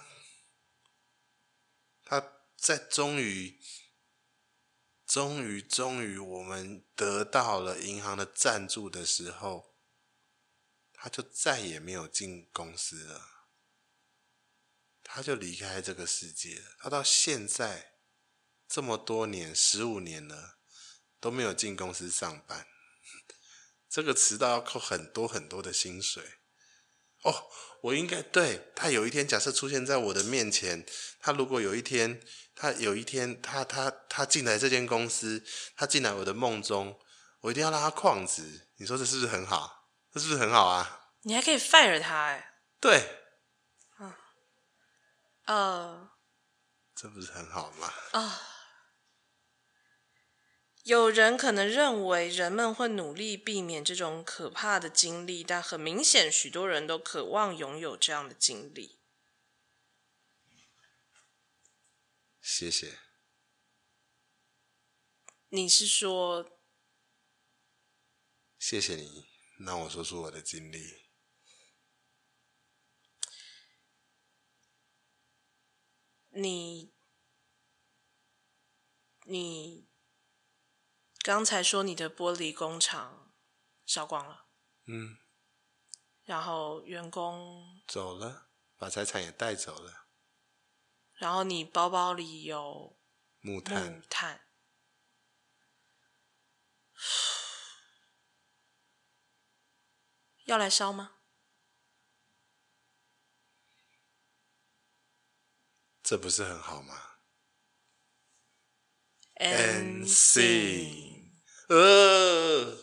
他在终于，终于，终于，我们得到了银行的赞助的时候，他就再也没有进公司了。他就离开这个世界了。他到现在这么多年，十五年了，都没有进公司上班。这个迟到要扣很多很多的薪水。哦，我应该对他有一天假设出现在我的面前，他如果有一天，他有一天他他他进来这间公司，他进来我的梦中，我一定要让他旷职。你说这是不是很好？这是不是很好啊？ 你还可以 fire 他哎、欸。 对。 嗯。呃。 这不是很好吗？ 啊。有人可能认为人们会努力避免这种可怕的经历，但很明显许多人都渴望拥有这样的经历。 谢谢。 你是说？ 谢谢你让我说出我的经历。 你你刚才说你的玻璃工厂烧光了， 嗯， 然后员工走了，把财产也带走了， 然后你包包里有木炭， 木炭，要来烧吗？ 这不是很好吗 ？N C， 呃，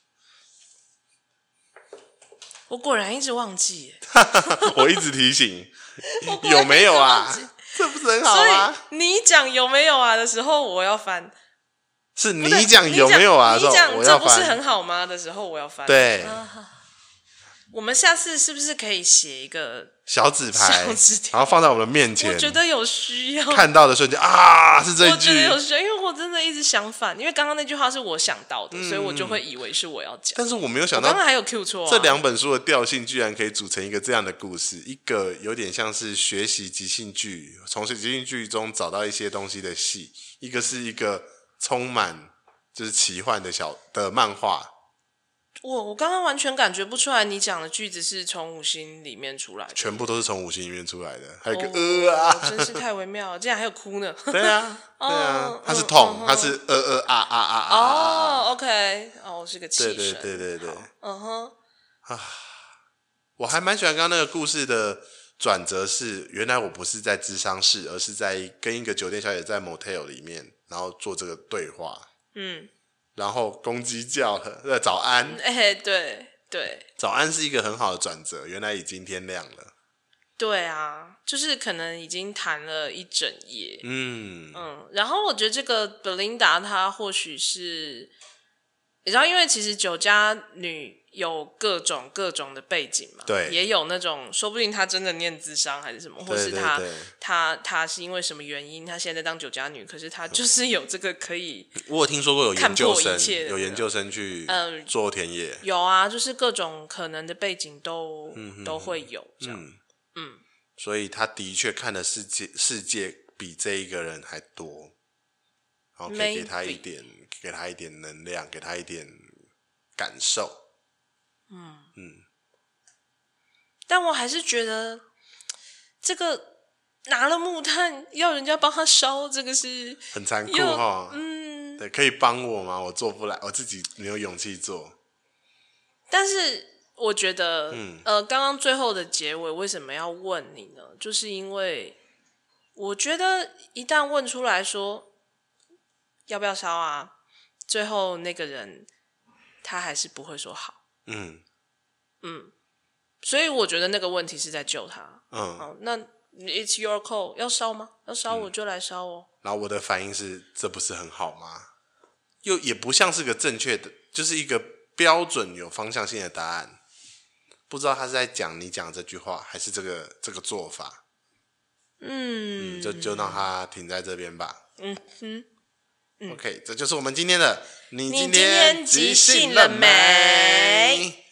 我果然一直忘记耶， 我一直提醒，有没有啊？这不是很好吗？ 所以你讲有没有啊的时候，我要翻。 是你讲有没有啊的时候， 你讲我要翻。 这不是很好吗的时候，我要翻。 对。 啊，我们下次是不是可以写一个小纸牌， 小纸条， 然后放在我们的面前？ 我觉得有需要。 看到的瞬间啊，是这一句。 我觉得有需要，因为我真的一直相反，因为刚刚那句话是我想到的，嗯、所以我就会以为是我要讲。 但是我没有想到， 刚刚还有 Q 错、啊。 这两本书的调性居然可以组成一个这样的故事，一个有点像是学习即兴剧，从即兴剧中找到一些东西的戏，一个是一个充满就是奇幻的小的漫画。 我我刚刚完全感觉不出来，你讲的句子是从五星里面出来的， 全部都是从五星里面出来的，还有一个、 哦、 呃啊， 真是太微妙了，竟然还有哭呢。 对啊，对啊，它是痛， 哦、 它是呃呃啊啊啊啊。 哦 ，OK， 哦，我是个气声， 对对对对对， 嗯哼， 啊，我还蛮喜欢刚刚那个故事的转折是，原来我不是在諮商室，而是在跟一个酒店小姐在 motel 里面，然后做这个对话，嗯。然后公鸡叫了，呃，早安。 哎、欸，对对， 早安是一个很好的转折。原来已经天亮了。 对啊，就是可能已经谈了一整夜。 嗯嗯，然后我觉得这个 Belinda 她或许是，你知道，因为其实酒家女有各种各种的背景嘛， 对， 也有那种说不定她真的念諮商还是什么，或是她她她是因为什么原因，她现在在当酒家女，可是她就是有这个可以， 我有听说过有研究生，有研究生去嗯做田野、 嗯，有啊，就是各种可能的背景都、嗯、都会有这样， 嗯嗯，所以他的确看的世界世界比这一个人还多，然后可以给他一点，给他一点能量，给他一点感受。嗯嗯， 但我还是觉得这个拿了木炭要人家帮他烧，这个是很残酷哈。 嗯， 对，可以帮我吗？我做不来，我自己没有勇气做。 但是我觉得，嗯、呃，刚刚最后的结尾为什么要问你呢？就是因为我觉得一旦问出来说要不要烧啊，最后那个人他还是不会说好。嗯嗯，所以我觉得那个问题是在救他。嗯，好，那 it's your call， 要烧吗？要烧我就来烧哦。 然后我的反应是，这不是很好吗？又也不像是个正确的，就是一个标准有方向性的答案。不知道他是在讲你讲这句话，还是这个这个做法。嗯, 嗯就就让他停在这边吧。嗯哼。嗯 OK， 这就是我们今天的。你今天即兴了没？